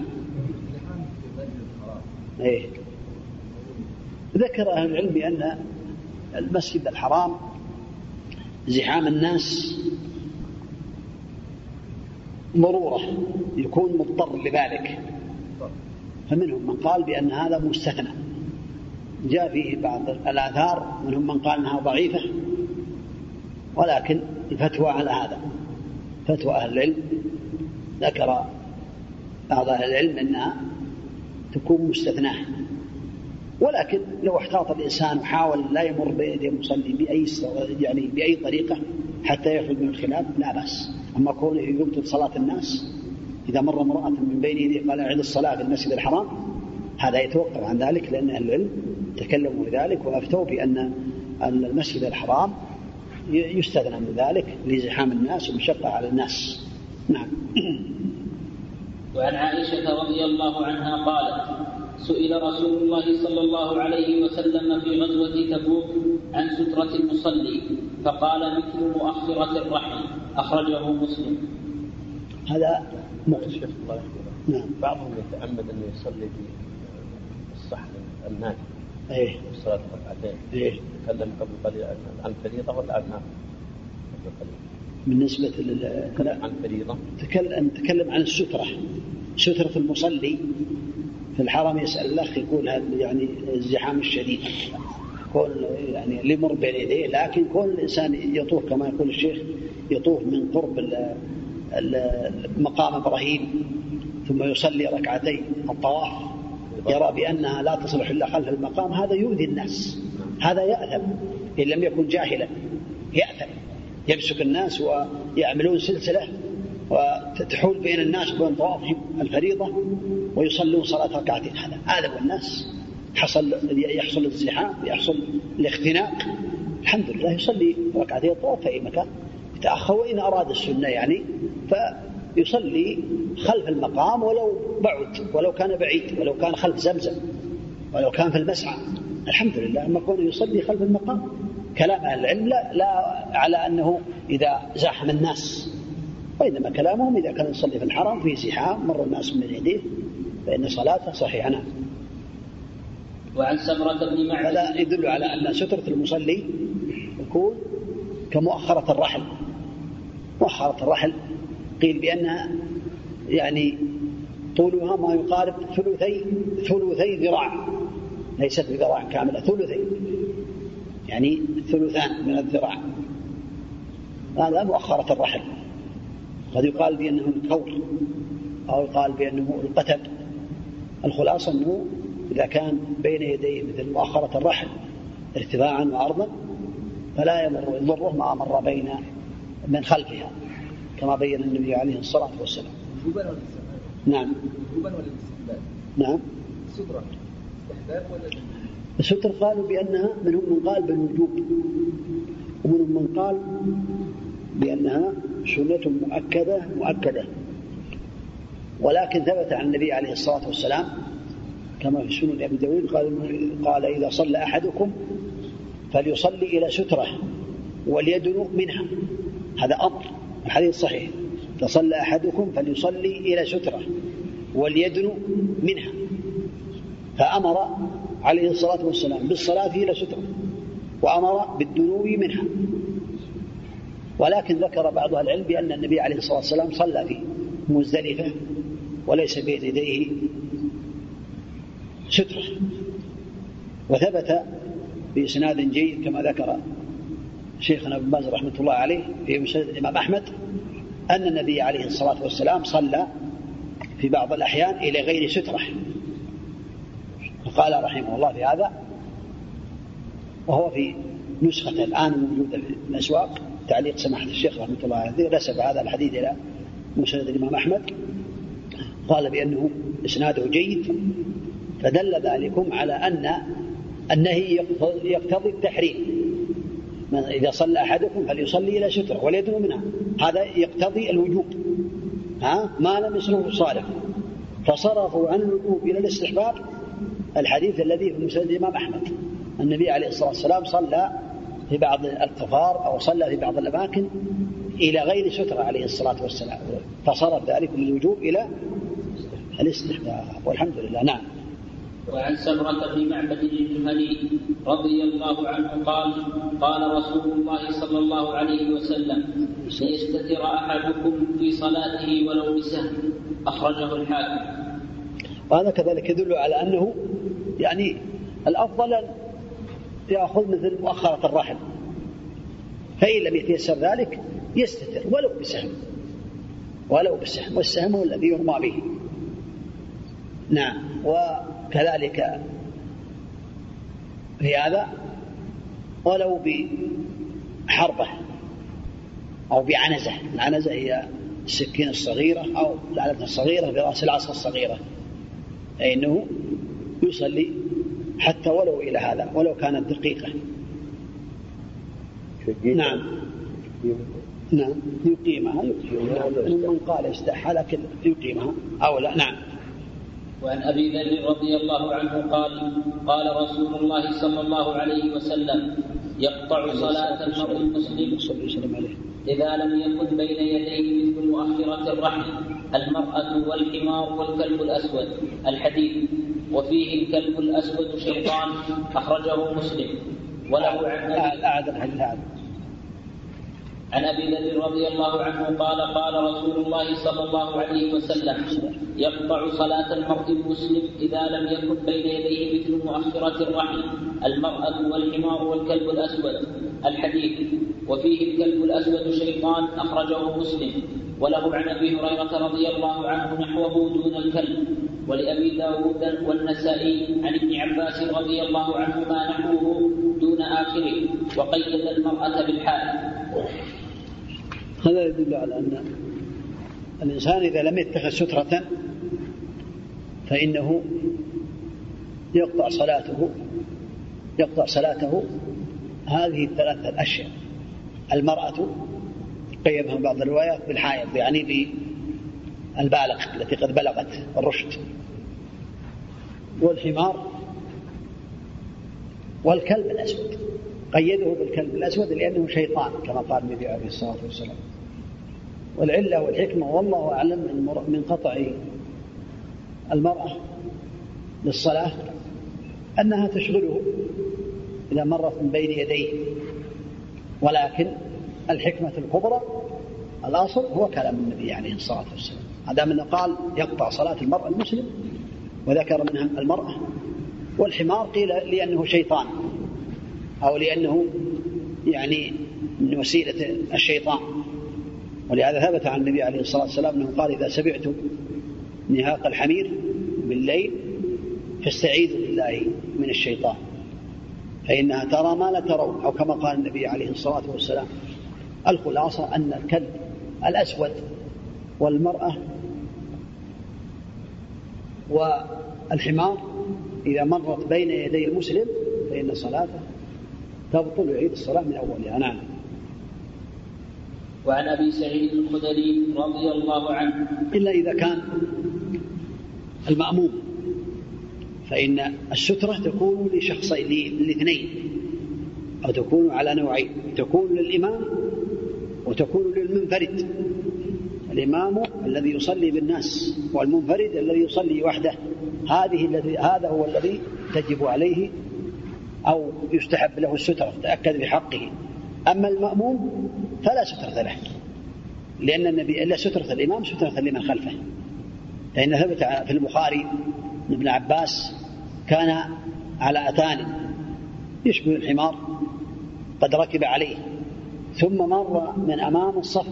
[SPEAKER 1] إيه. ذكر أهل العلم بأن المسجد الحرام زحام الناس ضرورة يكون مضطر لذلك، فمنهم من قال بأن هذا مستثنى، جاء فيه بعض الآثار، منهم من قال أنها ضعيفة، ولكن الفتوى على هذا فتوى أهل العلم. ذكر بعض أهل العلم أنها تكون مستثناة ولكن لو احتاط الإنسان وحاول لا يمر بين يدي المصلي بأي يعني بأي طريقة حتى يخرج من الخلاف لا بأس. أما كونه يبطل صلاة الناس إذا مر امرأة من بين يديه قال أعيد الصلاة في المسجد الحرام هذا يتوقف عن ذلك، لأن أهل العلم تكلموا في ذلك وأفتوا بأن المسجد الحرام يستثنى من ذلك لزحام الناس ومشقة على الناس. نعم.
[SPEAKER 3] وعن عائشة رضي الله عنها قالت: سئل رسول الله صلى الله عليه وسلم في غزوة تبوك عن سترة المصلي فقال: مثل مؤخرة الرحل. أخرجه مسلم.
[SPEAKER 1] هذا
[SPEAKER 5] مؤخر. الله
[SPEAKER 1] نعم.
[SPEAKER 5] بعضهم يتعمد أن يصلي في الصحن الناجي
[SPEAKER 1] إيه
[SPEAKER 5] الصلاة ركعتين.
[SPEAKER 1] إيه
[SPEAKER 5] تكلم قبل قليل عن فريضة ولا عن نافلة؟
[SPEAKER 1] بالنسبة لل
[SPEAKER 5] عن فريضة
[SPEAKER 1] تكلم تكلم عن السترة، سترة المصلي في الحرم. يسأل الأخ يقول هذا يعني الزحام الشديد كون يعني اللي يمر بين يديه، لكن كون الإنسان يطوف كما يقول الشيخ يطوف من قرب مقام إبراهيم ثم يصلي ركعتين الطواف يرى بأنها لا تصلح إلا خلف المقام، هذا يؤذي الناس، هذا يأثم إن لم يكن جاهلا، يأثم يمسك الناس ويعملون سلسلة وتحول بين الناس وبين طوافهم الفريضة ويصلون صلاة ركعتين. هذا هذا والناس حصل يحصل الزحام يحصل الاختناق. الحمد لله يصلي ركعتين الطواف في أي مكان يتأخر، وإن أراد السنة يعني فيصلي خلف المقام ولو بعد ولو كان بعيد ولو كان خلف زمزم ولو كان في المسعى. الحمد لله. أما كونه يصلي خلف المقام كلام أهل العلم لا, لا على أنه إذا زاحم الناس، وإنما كلامهم إذا كان يصلي في الحرم في زحام مر الناس من يديه فإن صلاته صحيحة.
[SPEAKER 3] وعن سمرة بن معبد
[SPEAKER 1] هذا يدل على أن سترة المصلي يكون كمؤخرة الرحل. مؤخرة الرحل قيل بأنها يعني طولها ما يقارب ثلثي ثلثي ذراع، ليست بذراع كاملة، ثلثي يعني ثلثان من الذراع، هذا مؤخرة الرحل. قد يقال بأنه الكور أو يقال بأنه القتب. الخلاصة أنه إذا كان بين يديه مثل مؤخرة الرحل ارتفاعا وعرضا فلا يمر يضره ما مر بين من خلفها كما بين النبي عليه الصلاة والسلام. نعم. نعم.
[SPEAKER 2] السترة استحباب ولا
[SPEAKER 1] الستر قالوا بأنها منهم من قال بالوجوب ومنهم من قال بأنها سنة مؤكدة مؤكدة، ولكن ثبت عن النبي عليه الصلاة والسلام كما في سنن أبي داود قال, قال إذا صلى أحدكم فليصلي إلى سترة وليدنو منها. هذا أمر، الحديث صحيح. إذا صلى أحدكم فليصلي إلى سترة وليدنو منها، فأمر عليه الصلاة والسلام بالصلاة إلى سترة وأمر بالدنو منها. ولكن ذكر بعض العلم بأن النبي عليه الصلاة والسلام صلى في مزدلفة وليس بين يديه سترة، وثبت بإسناد جيد كما ذكر شيخنا ابن باز رحمة الله عليه في مسند الإمام أحمد أن النبي عليه الصلاة والسلام صلى في بعض الأحيان إلى غير سترة، وقال رحمه الله في هذا، وهو في نسخة الآن موجودة في الأسواق تعليق سماحة الشيخ رحمة الله عليه نسب هذا الحديث إلى مسند الإمام أحمد، قال بأنه إسناده جيد، فدل ذلكم على أن النهي يقتضي التحريم. إذا صلى أحدكم فليصلي إلى سترة وليدنو منها، هذا يقتضي الوجوب، ها ما لم يصرفه صارف، فصرفوا عن الوجوب إلى الاستحباب الحديث الذي في مسند الإمام أحمد النبي عليه الصلاة والسلام صلى في بعض الكفار أو صلى في بعض الأماكن إلى غير سترة عليه الصلاة والسلام، فصرف ذلك من الوجوب إلى الاستحباب، والحمد لله. نعم.
[SPEAKER 3] وعن سمرة بن معبد الجهني رضي الله عنه قال قال رسول الله صلى الله عليه وسلم ليستتر أحدكم في صلاته ولو بسهم. أخرجه الحاكم.
[SPEAKER 1] وهذا كذلك يدل على أنه يعني الأفضل يأخذ مثل مؤخرة الرحل، فإن لم يتيسر ذلك يستتر ولو بسهم ولو بسهم والسهم هو الذي يرمى به. نعم. وكذلك في هذا ولو بحربة أو بعنزة. العنزة هي السكين الصغيرة أو العنزة الصغيرة برأس العصا الصغيرة، فإنه يصلي حتى ولو إلى هذا ولو كانت دقيقة. نعم نعم يقيمها يقيمها من قال يستحى لكن يقيمها أو لا. نعم.
[SPEAKER 3] وعن أبي ذر رضي الله عنه قال قال رسول الله صلى الله عليه وسلم يقطع صلاة المرء المسلم إذا لم يكن بين يديه مثل مؤخرة الرحل المرأة والحمار والكلب الأسود. الحديث. وفيه الكلب الأسود شيطان أخرجه مسلم. وله عن عن أبي ذر رضي الله عنه قال قال رسول الله صلى الله عليه وسلم يقطع صلاة المرء المسلم إذا لم يكن بين يديه مثل مؤخرة الرحل المرأة والحمار والكلب الأسود. الحديث. وفيه الكلب الأسود شيطان أخرجه مسلم. وله عن أبي هريرة رضي الله عنه نحوه دون الكلب. ولأبي داود والنسائي عن ابن عباس رضي الله عنهما نحوه دون آخره وقيد المرأة بالحال.
[SPEAKER 1] هذا يدل على أن الإنسان إذا لم يتخذ سترة فإنه يقطع صلاته يقطع صلاته هذه الثلاثة الأشياء. المرأة قيمها بعض الروايات بالحائض يعني بالبالغ التي قد بلغت الرشد، والحمار والكلب الأسود قيده بالكلب الأسود لأنه شيطان كما قال النبي عليه الصلاة والسلام. والعلة والحكمة والله أعلم من قطع المرأة للصلاة أنها تشغله إذا مرت من بين يديه، ولكن الحكمة الكبرى الأصل هو كلام النبي عليه الصلاة والسلام. هذا من قال يقطع صلاة المرأة المسلم وذكر منها المرأة. والحمار قيل لأنه شيطان أو لأنه يعني من وسيلة الشيطان، ولهذا ثبت عن النبي عليه الصلاة والسلام أنه قال إذا سمعتم نهاق الحمير بالليل فاستعيذوا بالله من الشيطان فإنها ترى ما لا ترون، أو كما قال النبي عليه الصلاة والسلام. الخلاصة أن الكلب الأسود والمرأة والحمار إذا مرت بين يدي المسلم فإن صلاته تبطل ويعيد الصلاة من أولها. نعم.
[SPEAKER 3] وعن أبي سعيد الخدري رضي الله عنه
[SPEAKER 1] إلا إذا كان المأموم فإن السترة تكون لشخصين لاثنين أو تكون على نوعين، تكون للإمام وتكون للمنفرد. الإمام الذي يصلي بالناس والمنفرد الذي يصلي وحده، هذه الذي هذا هو الذي تجب عليه أو يستحب له السترة تأكد بحقه. أما المأموم فلا سترة له، لأن النبي إلا سترة الإمام سترة لمن خلفه. لأن ثبت في البخاري ابن عباس كان على أتان يشبه الحمار قد ركب عليه ثم مر من أمام الصف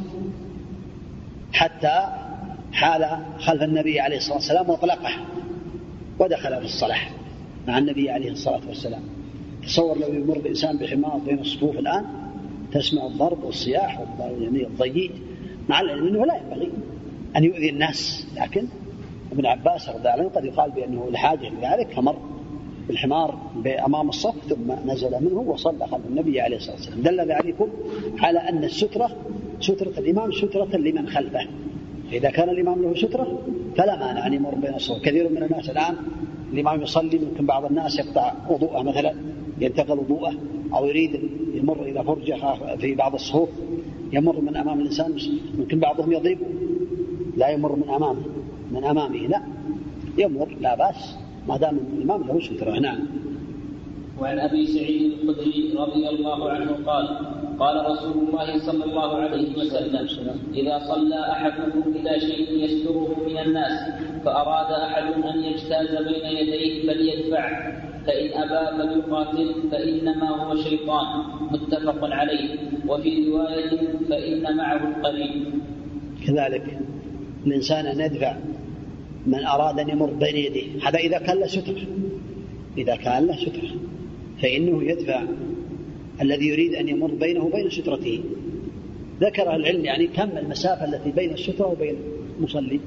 [SPEAKER 1] حتى حال خلف النبي عليه الصلاة والسلام وطلقه ودخل في الصلاة مع النبي عليه الصلاة والسلام. تصور لو يمر الإنسان بحمار بين الصفوف الآن تسمع الضرب والصياح يعني الضجيج، مع العلم أنه لا ينبغي أن يؤذي الناس، لكن ابن عباس رضي الله عنه قد يقال بأنه لحاجة لذلك فمر بالحمار أمام الصف ثم نزل منه وصلى خلف النبي عليه الصلاة والسلام. دل ذلكم على أن السترة سترة الإمام سترة لمن خلفه. إذا كان الإمام له سترة فلا مانع أن يمر بين الصفوف. كثير من الناس الآن الإمام يصلي ممكن بعض الناس يقطع وضوءه مثلا ينتقل وضوءه أو يريد يمر إلى فرجة في بعض الصفوف يمر من أمام الإنسان، ممكن بعضهم يضيق لا يمر من أمامه من أمامه لا يمر لا بأس ما دام الإمام له سترة. نعم.
[SPEAKER 3] وعن أبي سعيد الخدري رضي الله عنه قال قال رسول الله صلى الله عليه وسلم إذا صلى أحدكم إلى شيء يستره من الناس فأراد أحد أن يجتاز بين يديه فليدفع، فإن أبى فليقاتل فإنما هو شيطان. متفق عليه. وفي رواية فإن معه القرين.
[SPEAKER 1] كذلك الإنسان أن يدفع من أراد أن يمر بين يديه، هذا إذا كان له سترة إذا كان له سترة فإنه يدفع الذي يريد أن يمر بينه وبين سترته. ذكر العلم يعني كم المسافة التي بين السترة وبين المصلي،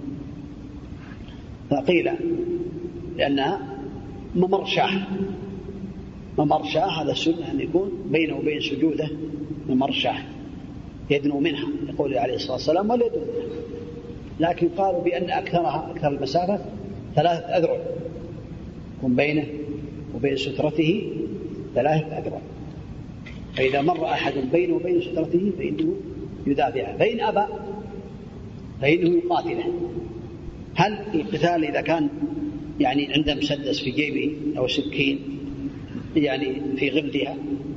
[SPEAKER 1] فقيل لأنها ممر شاه. ممر شاه هذا السنة أن يكون بينه وبين سجوده ممر شاه يدنو منها، يقول عليه الصلاة والسلام ولا يدنو منها. لكن قالوا بأن أكثرها أكثر المسافة ثلاثة أذرع، يكون بينه وبين سترته ثلاثة أذرع، فإذا مر أحد بينه وبين سترته فإنه يدافعه، فإن أبى فإنه يقاتله. هل القتال إذا كان يعني عنده مسدس في جيبه أو سكين يعني في غمدها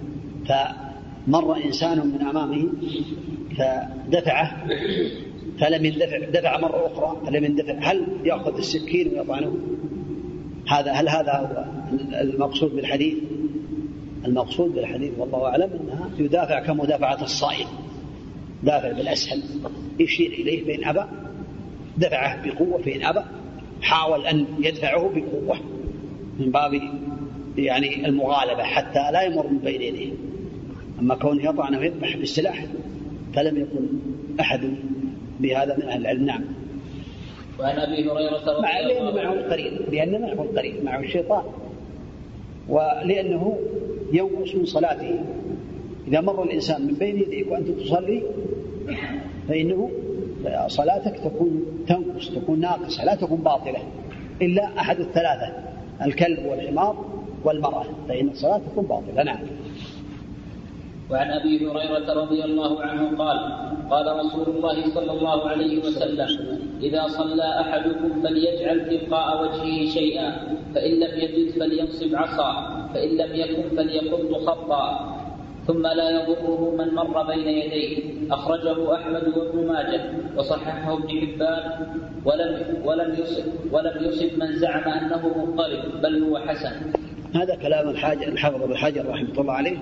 [SPEAKER 1] فمر إنسان من أمامه فدفعه فلم يندفع، دفع مرة أخرى فلم يندفع، هل يأخذ السكين ويطعنه؟ هذا هل هذا هو المقصود بالحديث؟ المقصود بالحديث والله أعلم أنها يدافع كمدافعة الصائل، دافع بالأسهل، يشير إليه فإن أبى دفعه بقوة، فإن أبى حاول أن يدفعه بقوة من باب يعني المغالبة حتى لا يمر من بين يديه. أما كونه يطعنه ويذبح بالسلاح فلم يكن أحد بهذا من أهل العلم. نعم.
[SPEAKER 3] وعن أبي هريرة
[SPEAKER 1] مع لأنه معه القرين، لأن معه القرين معه الشيطان، ولأنه ينقص من صلاته. إذا مر الإنسان من بين يديك وأنت تصلي فإنه صلاتك تكون تنقص، تكون ناقصة، لا تكون باطلة إلا أحد الثلاثة، الكلب والحمار والمرأة، فإن الصلاة تكون باطلة. نعم.
[SPEAKER 3] وعن أبي هريرة رضي الله عنه قال قال رسول الله صلى الله عليه وسلم إذا صلى أحدكم فليجعل تلقاء وجهه شيئا، فإن لم يجد فلينصب عصا، فإن لم يكن فليخط خطا، ثم لا يضره من مر بين يديه. أخرجه أحمد وابن ماجه وصححه ابن حبان، ولم ولم يصب ولم يصب من زعم أنه مضطرب، بل هو حسن.
[SPEAKER 1] هذا كلام الحاجة الحافظ ابن حجر رحمه الله عليه،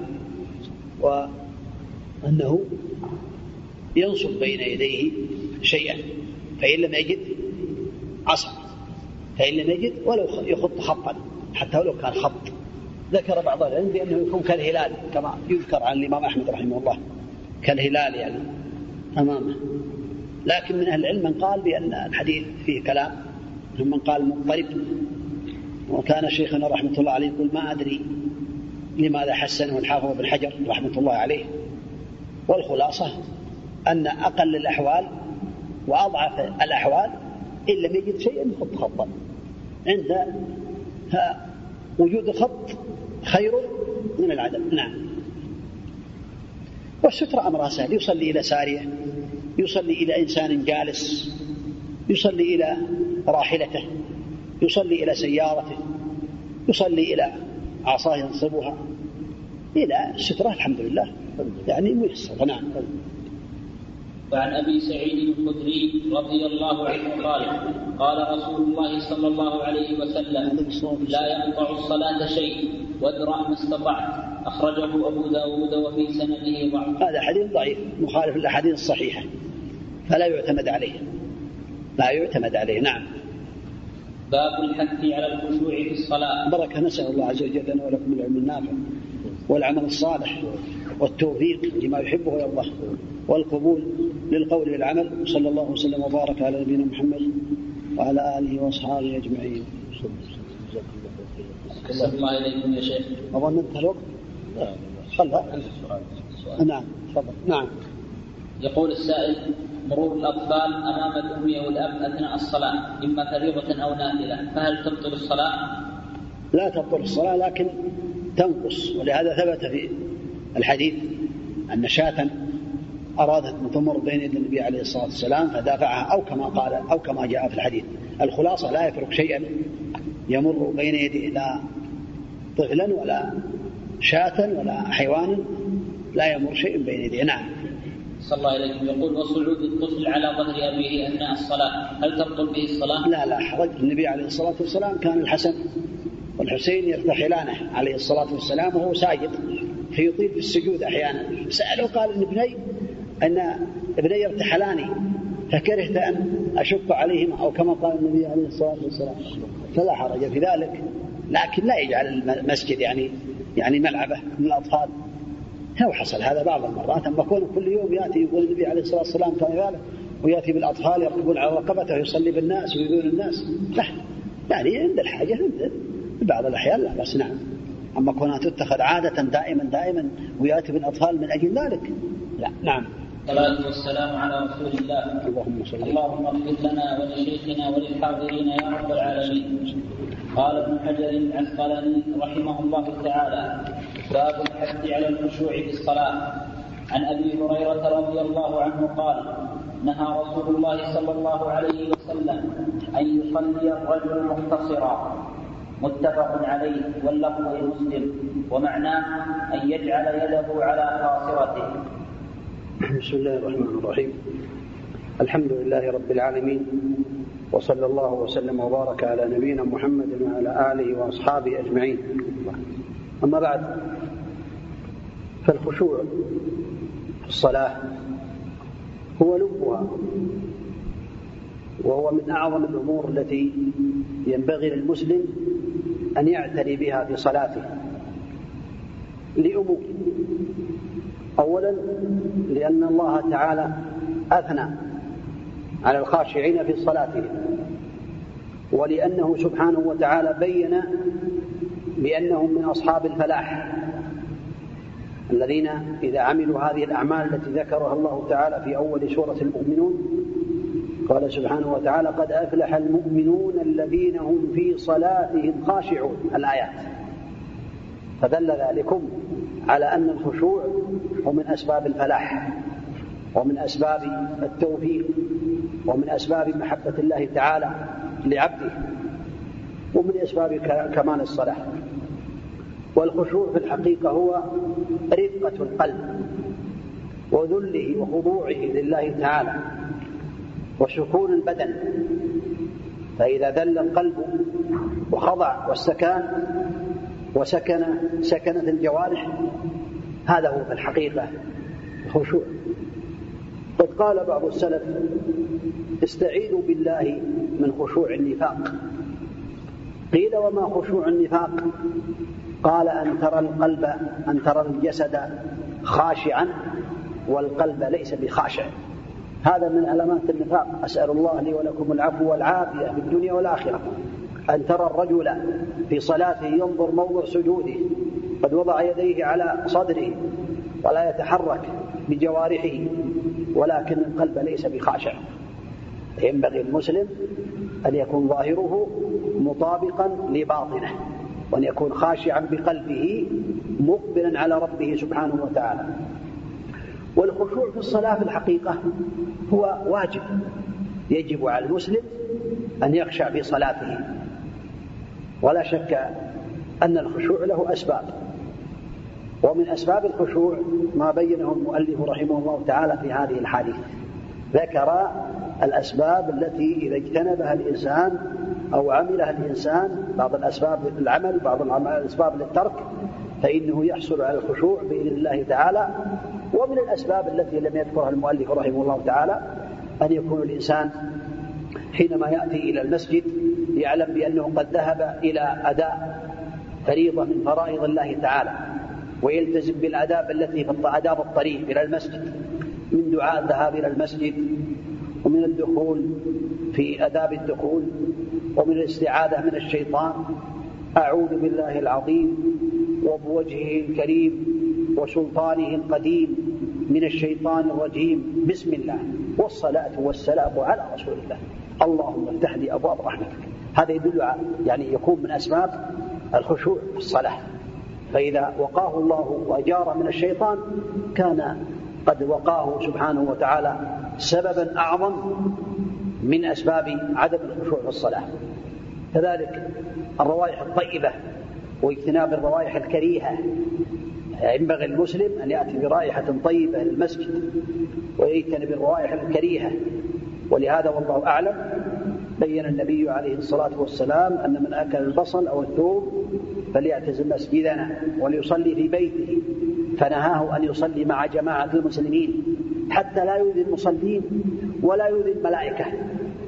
[SPEAKER 1] وأنه ينصب بين يديه شيئا، فإن لم يجد عصا، فإن لم يجد ولو يخط خطا حتى ولو كان خط. ذكر بعض العلم بأنه يكون كالهلال كما يذكر عن الإمام أحمد رحمه الله، كالهلال يعني أمامه. لكن من أهل العلم من قال بأن الحديث فيه كلام، من قال مضطرب. وكان شيخنا رحمة الله عليه يقول ما أدري لماذا حسنه الحافظ ابن حجر رحمة الله عليه. والخلاصة أن أقل الأحوال وأضعف الأحوال إن لم يجد شيئا يخط خطا، عند وجود خط خير من العدم. نعم. والستر أمرها سهل، يصلي إلى سارية، يصلي إلى إنسان جالس، يصلي إلى راحلته، يصلي إلى سيارته، يصلي إلى عصاه ينصبها، إلى السترة الحمد لله يعني ميسر. نعم.
[SPEAKER 3] وعن أبي سعيد الخدري رضي الله عنه قال قال رسول الله صلى الله عليه وسلم لا يقطع الصلاة شيء وادرأ ما استطعت. أخرجه أبو داود وفي سنده ضعف.
[SPEAKER 1] هذا حديث ضعيف مخالف للأحاديث الصحيحة فلا يعتمد عليه، لا يعتمد عليه. نعم.
[SPEAKER 3] باب الحث على الخشوع في الصلاة.
[SPEAKER 1] بركة. نسأل الله عز وجل لنا ولكم العلم النافع والعمل الصالح والتوفيق لما يحبه ويرضاه والقبول للقول والعمل. صلى الله وسلم وبارك على نبينا محمد وعلى آله وأصحابه أجمعين.
[SPEAKER 3] أحسن الله إليكم يا شيخ.
[SPEAKER 1] أظن انتهى الوقت. خلها. نعم تفضل. نعم.
[SPEAKER 3] يقول السائل مرور الأطفال أمام الأم والأب أثناء الصلاة إما فريضة أو نافلة، فهل تبطل الصلاة؟
[SPEAKER 1] لا تبطل الصلاة لكن تنقص، ولهذا ثبت في الحديث أن شاة أرادت أن تمر بين يدي النبي عليه الصلاة والسلام فدافعها، أو كما قال أو كما جاء في الحديث. الخلاصة لا يترك شيئا يمر بين يديه، لا طفلا ولا شاة ولا حيوانا، لا يمر شيء بين يديه. نعم.
[SPEAKER 3] صلى الله عليه يقول وصعود الطفل على ظهر أبيه أثناء الصلاة هل تبطل به الصلاة؟
[SPEAKER 1] لا لا حرج. النبي عليه الصلاة والسلام كان الحسن والحسين يرتحلانه عليه الصلاة والسلام وهو ساجد فيطيل في السجود أحيانا. سأله قال إن ابني أن ابني يرتحلاني فكرهت أن أشق عليهم، أو كما قال النبي عليه الصلاة والسلام، فلا حرج في ذلك. لكن لا يجعل المسجد يعني يعني ملعبة من الأطفال. هو حصل هذا بعض المرات، أما كونه كل يوم يأتي يقول النبي عليه الصلاة والسلام كما قال ويأتي بالأطفال يركبون على رقبته ويصلي بالناس ويقول الناس لا، يعني عند الحاجة عند بعض الأحيان لا بس. نعم. أما كونها تتخذ عادة دائما دائما ويأتي بالأطفال من أجل ذلك لا. نعم.
[SPEAKER 3] الصلاة والسلام على رسول الله.
[SPEAKER 1] اللهم صل
[SPEAKER 3] اللهم اغفر لنا ولشيخنا وللحاضرين يا رب العالمين. قال ابن حجر العسقلاني رحمه الله تعالى: باب الحث على الخشوع في الصلاة. عن أبي هريرة رضي الله عنه قال: نهى رسول الله صلى الله عليه وسلم أن يصلي الرجل مختصرا. متفق عليه واللفظ لمسلم، ومعناه أن يجعل يده على خاصرته.
[SPEAKER 1] بسم الله الرحمن الرحيم. الحمد لله رب العالمين، وصلى الله وسلم وبارك على نبينا محمد وعلى آله وأصحابه أجمعين. أما بعد، فالخشوع في الصلاة هو لبها، وهو من أعظم الأمور التي ينبغي للمسلم أن يعتني بها في صلاته لأمور. أولا لأن الله تعالى أثنى على الخاشعين في صلاتهم، ولأنه سبحانه وتعالى بين بأنهم من أصحاب الفلاح الذين إذا عملوا هذه الأعمال التي ذكرها الله تعالى في أول سورة المؤمنون قال سبحانه وتعالى: قد أفلح المؤمنون الذين هم في صلاتهم خاشعون. الآيات. فدل ذلكم على أن الخشوع هو من أسباب الفلاح، ومن أسباب التوفيق، ومن أسباب محبة الله تعالى لعبده، ومن أسباب كمال الصلاة. والخشوع في الحقيقة هو رقة القلب وذله وخضوعه لله تعالى وسكون البدن. فإذا ذل القلب وخضع واستكان وسكن سكنت الجوارح، هذا هو في الحقيقة الخشوع. قد قال بعض السلف: استعيذوا بالله من خشوع النفاق. قيل: وما خشوع النفاق؟ قال: أن ترى القلب أن ترى الجسد خاشعا والقلب ليس بخاشع. هذا من علامات النفاق. أسأل الله لي ولكم العفو والعافية في الدنيا والآخرة. أن ترى الرجل في صلاته ينظر موضع سجوده قد وضع يديه على صدره ولا يتحرك بجوارحه، ولكن القلب ليس بخاشع. ينبغي المسلم أن يكون ظاهره مطابقا لباطنه، وأن يكون خاشعا بقلبه مقبلا على ربه سبحانه وتعالى. والخشوع في الصلاة في الحقيقة هو واجب، يجب على المسلم أن يخشع في صلاته. ولا شك أن الخشوع له أسباب، ومن أسباب الخشوع ما بينه المؤلف رحمه الله تعالى في هذه الحديث. ذكر الأسباب التي إذا اجتنبها الإنسان أو عملها الإنسان، بعض الأسباب للعمل بعض الأسباب للترك، فإنه يحصل على الخشوع بإذن الله تعالى. ومن الأسباب التي لم يذكرها المؤلف رحمه الله تعالى أن يكون الإنسان حينما يأتي إلى المسجد يعلم بأنه قد ذهب إلى أداء فريضة من فرائض الله تعالى، ويلتزم بالآداب التي في آداب الطريق إلى المسجد، من دعاء الذهاب إلى المسجد، ومن الدخول في آداب الدخول، ومن الاستعاذة من الشيطان: أعوذ بالله العظيم وبوجهه الكريم وسلطانه القديم من الشيطان الرجيم، بسم الله والصلاة والسلام على رسول الله، اللهم افتح لي أبواب رحمتك. هذا يدل يعني يكون من أسباب الخشوع في الصلاة. فإذا وقاه الله وأجار من الشيطان كان قد وقاه سبحانه وتعالى سببا أعظم من أسباب عدم الخشوع في الصلاة. كذلك الروائح الطيبة واجتناب الروائح الكريهة. ينبغي المسلم أن يأتي برائحة طيبة للمسجد ويجتنب الروائح الكريهة. ولهذا والله أعلم بين النبي عليه الصلاة والسلام أن من أكل البصل أو الثوم فليعتزل مسجدنا وليصلي في بيته، فنهاه أن يصلي مع جماعة المسلمين حتى لا يؤذي المصلين ولا يؤذي الملائكة،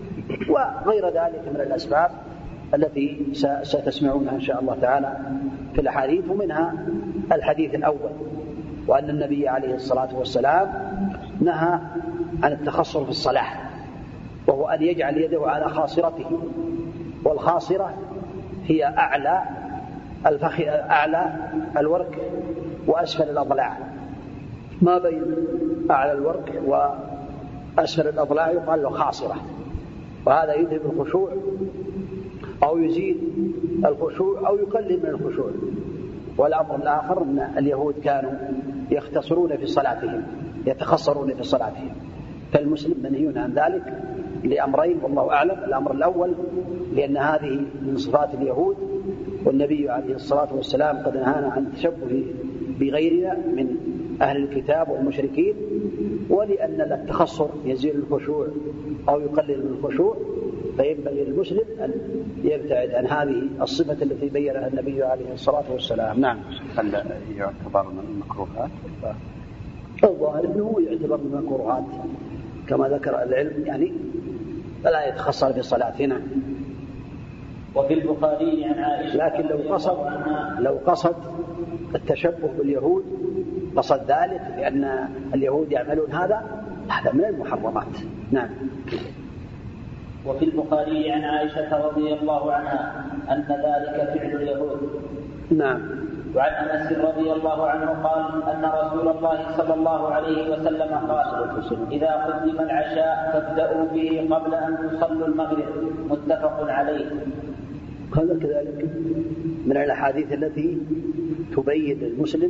[SPEAKER 1] وغير ذلك من الأسباب التي ستسمعونها إن شاء الله تعالى في الأحاديث، ومنها الحديث الأول، وأن النبي عليه الصلاة والسلام نهى عن التخصر في الصلاة، وهو أن يجعل يده على خاصرته، والخاصرة هي أعلى الفخ... أعلى الورك وأسفل الأضلاع، ما بين أعلى الورك وأسفل الأضلاع يقال له خاصرة، وهذا يذهب الخشوع أو يزيد الخشوع أو يقلل من الخشوع. والأمر الآخر أن اليهود كانوا يختصرون في صلاتهم، يتخصرون في صلاتهم، فالمسلم منهي عن ذلك لأمرين والله أعلم. الأمر الأول لأن هذه من صفات اليهود، والنبي عليه الصلاة والسلام قد نهانا عن التشبه بغيرنا من أهل الكتاب والمشركين، ولأن التخصر يزيل الخشوع أو يقلل من الخشوع، فينبغي للمسلم أن يبتعد عن هذه الصفة التي بينها النبي عليه الصلاة والسلام. نعم.
[SPEAKER 6] هل يعتبر من المكروهات؟
[SPEAKER 1] الظاهر أنه يعتبر من المكروهات كما ذكر العلم، يعني فلا يتخصر في صلاتنا.
[SPEAKER 3] وفي البخاري عن عائشة
[SPEAKER 1] لكن لو قصد لو قصد التشبه باليهود، قصد ذلك لأن اليهود يعملون هذا، هذا من المحرمات. نعم.
[SPEAKER 3] وفي البخاري عن عائشة رضي الله عنها أن ذلك فعل اليهود.
[SPEAKER 1] نعم.
[SPEAKER 3] وعن أنس رضي الله عنه قال أن رسول الله صلى الله عليه وسلم قال: إذا قدم العشاء فابدأوا به قبل أن تصلوا المغرب، متفق عليه.
[SPEAKER 1] هذا كذلك من الأحاديث التي تبين للمسلم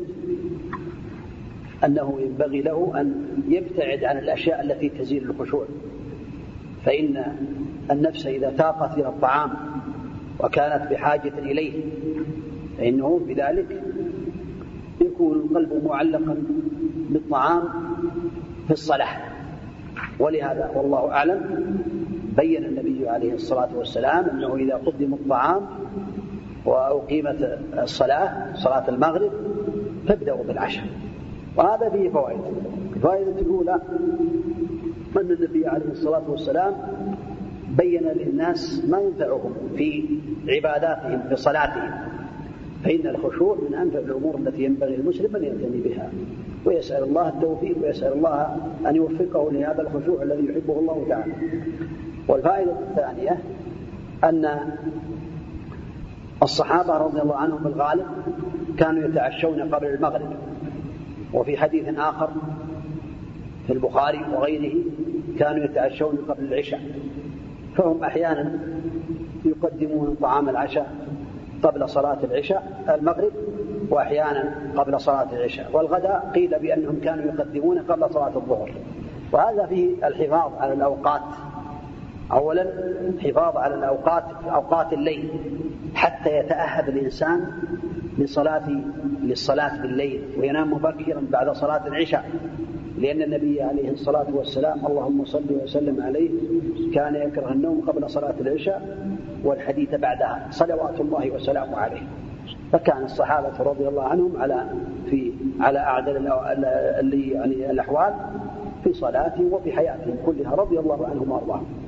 [SPEAKER 1] أنه ينبغي له أن يبتعد عن الأشياء التي تزيل الخشوع، فإن النفس إذا تاقت إلى الطعام وكانت بحاجة إليه فإنه بذلك يكون القلب معلقا بالطعام في الصلاة. ولهذا والله أعلم بين النبي عليه الصلاة والسلام أنه إذا قدم الطعام وأقيمت الصلاة صلاة المغرب فابدأوا بالعشاء، وهذا فيه فوائد. الفائدة الأولى أن النبي عليه الصلاة والسلام بين للناس ما ينفعهم في عباداتهم في صلاتهم، فإن الخشوع من أنفع الأمور التي ينبغي المسلم أن يعتني بها، ويسأل الله التوفيق ويسأل الله أن يوفقه لهذا الخشوع الذي يحبه الله تعالى. والفائدة الثانية أن الصحابة رضي الله عنهم بالغالب كانوا يتعشون قبل المغرب، وفي حديث آخر في البخاري وغيره كانوا يتعشون قبل العشاء، فهم أحيانا يقدمون طعام العشاء قبل صلاة العشاء المغرب، وأحيانا قبل صلاة العشاء. والغداء قيل بأنهم كانوا يقدمون قبل صلاة الظهر، وهذا فيه الحفاظ على الأوقات. أولا حفاظ على الأوقات أوقات الليل حتى يتأهب الإنسان لصلاة للصلاة بالليل وينام مبكرا بعد صلاة العشاء، لأن النبي عليه الصلاة والسلام اللهم صل وسلم عليه كان يكره النوم قبل صلاة العشاء والحديث بعدها صلوات الله وسلامه عليه. فكان الصحابة رضي الله عنهم على في على أعدل اللي يعني الأحوال في صلاتهم وفي حياتهم كلها رضي الله عنهم وأرضاهم.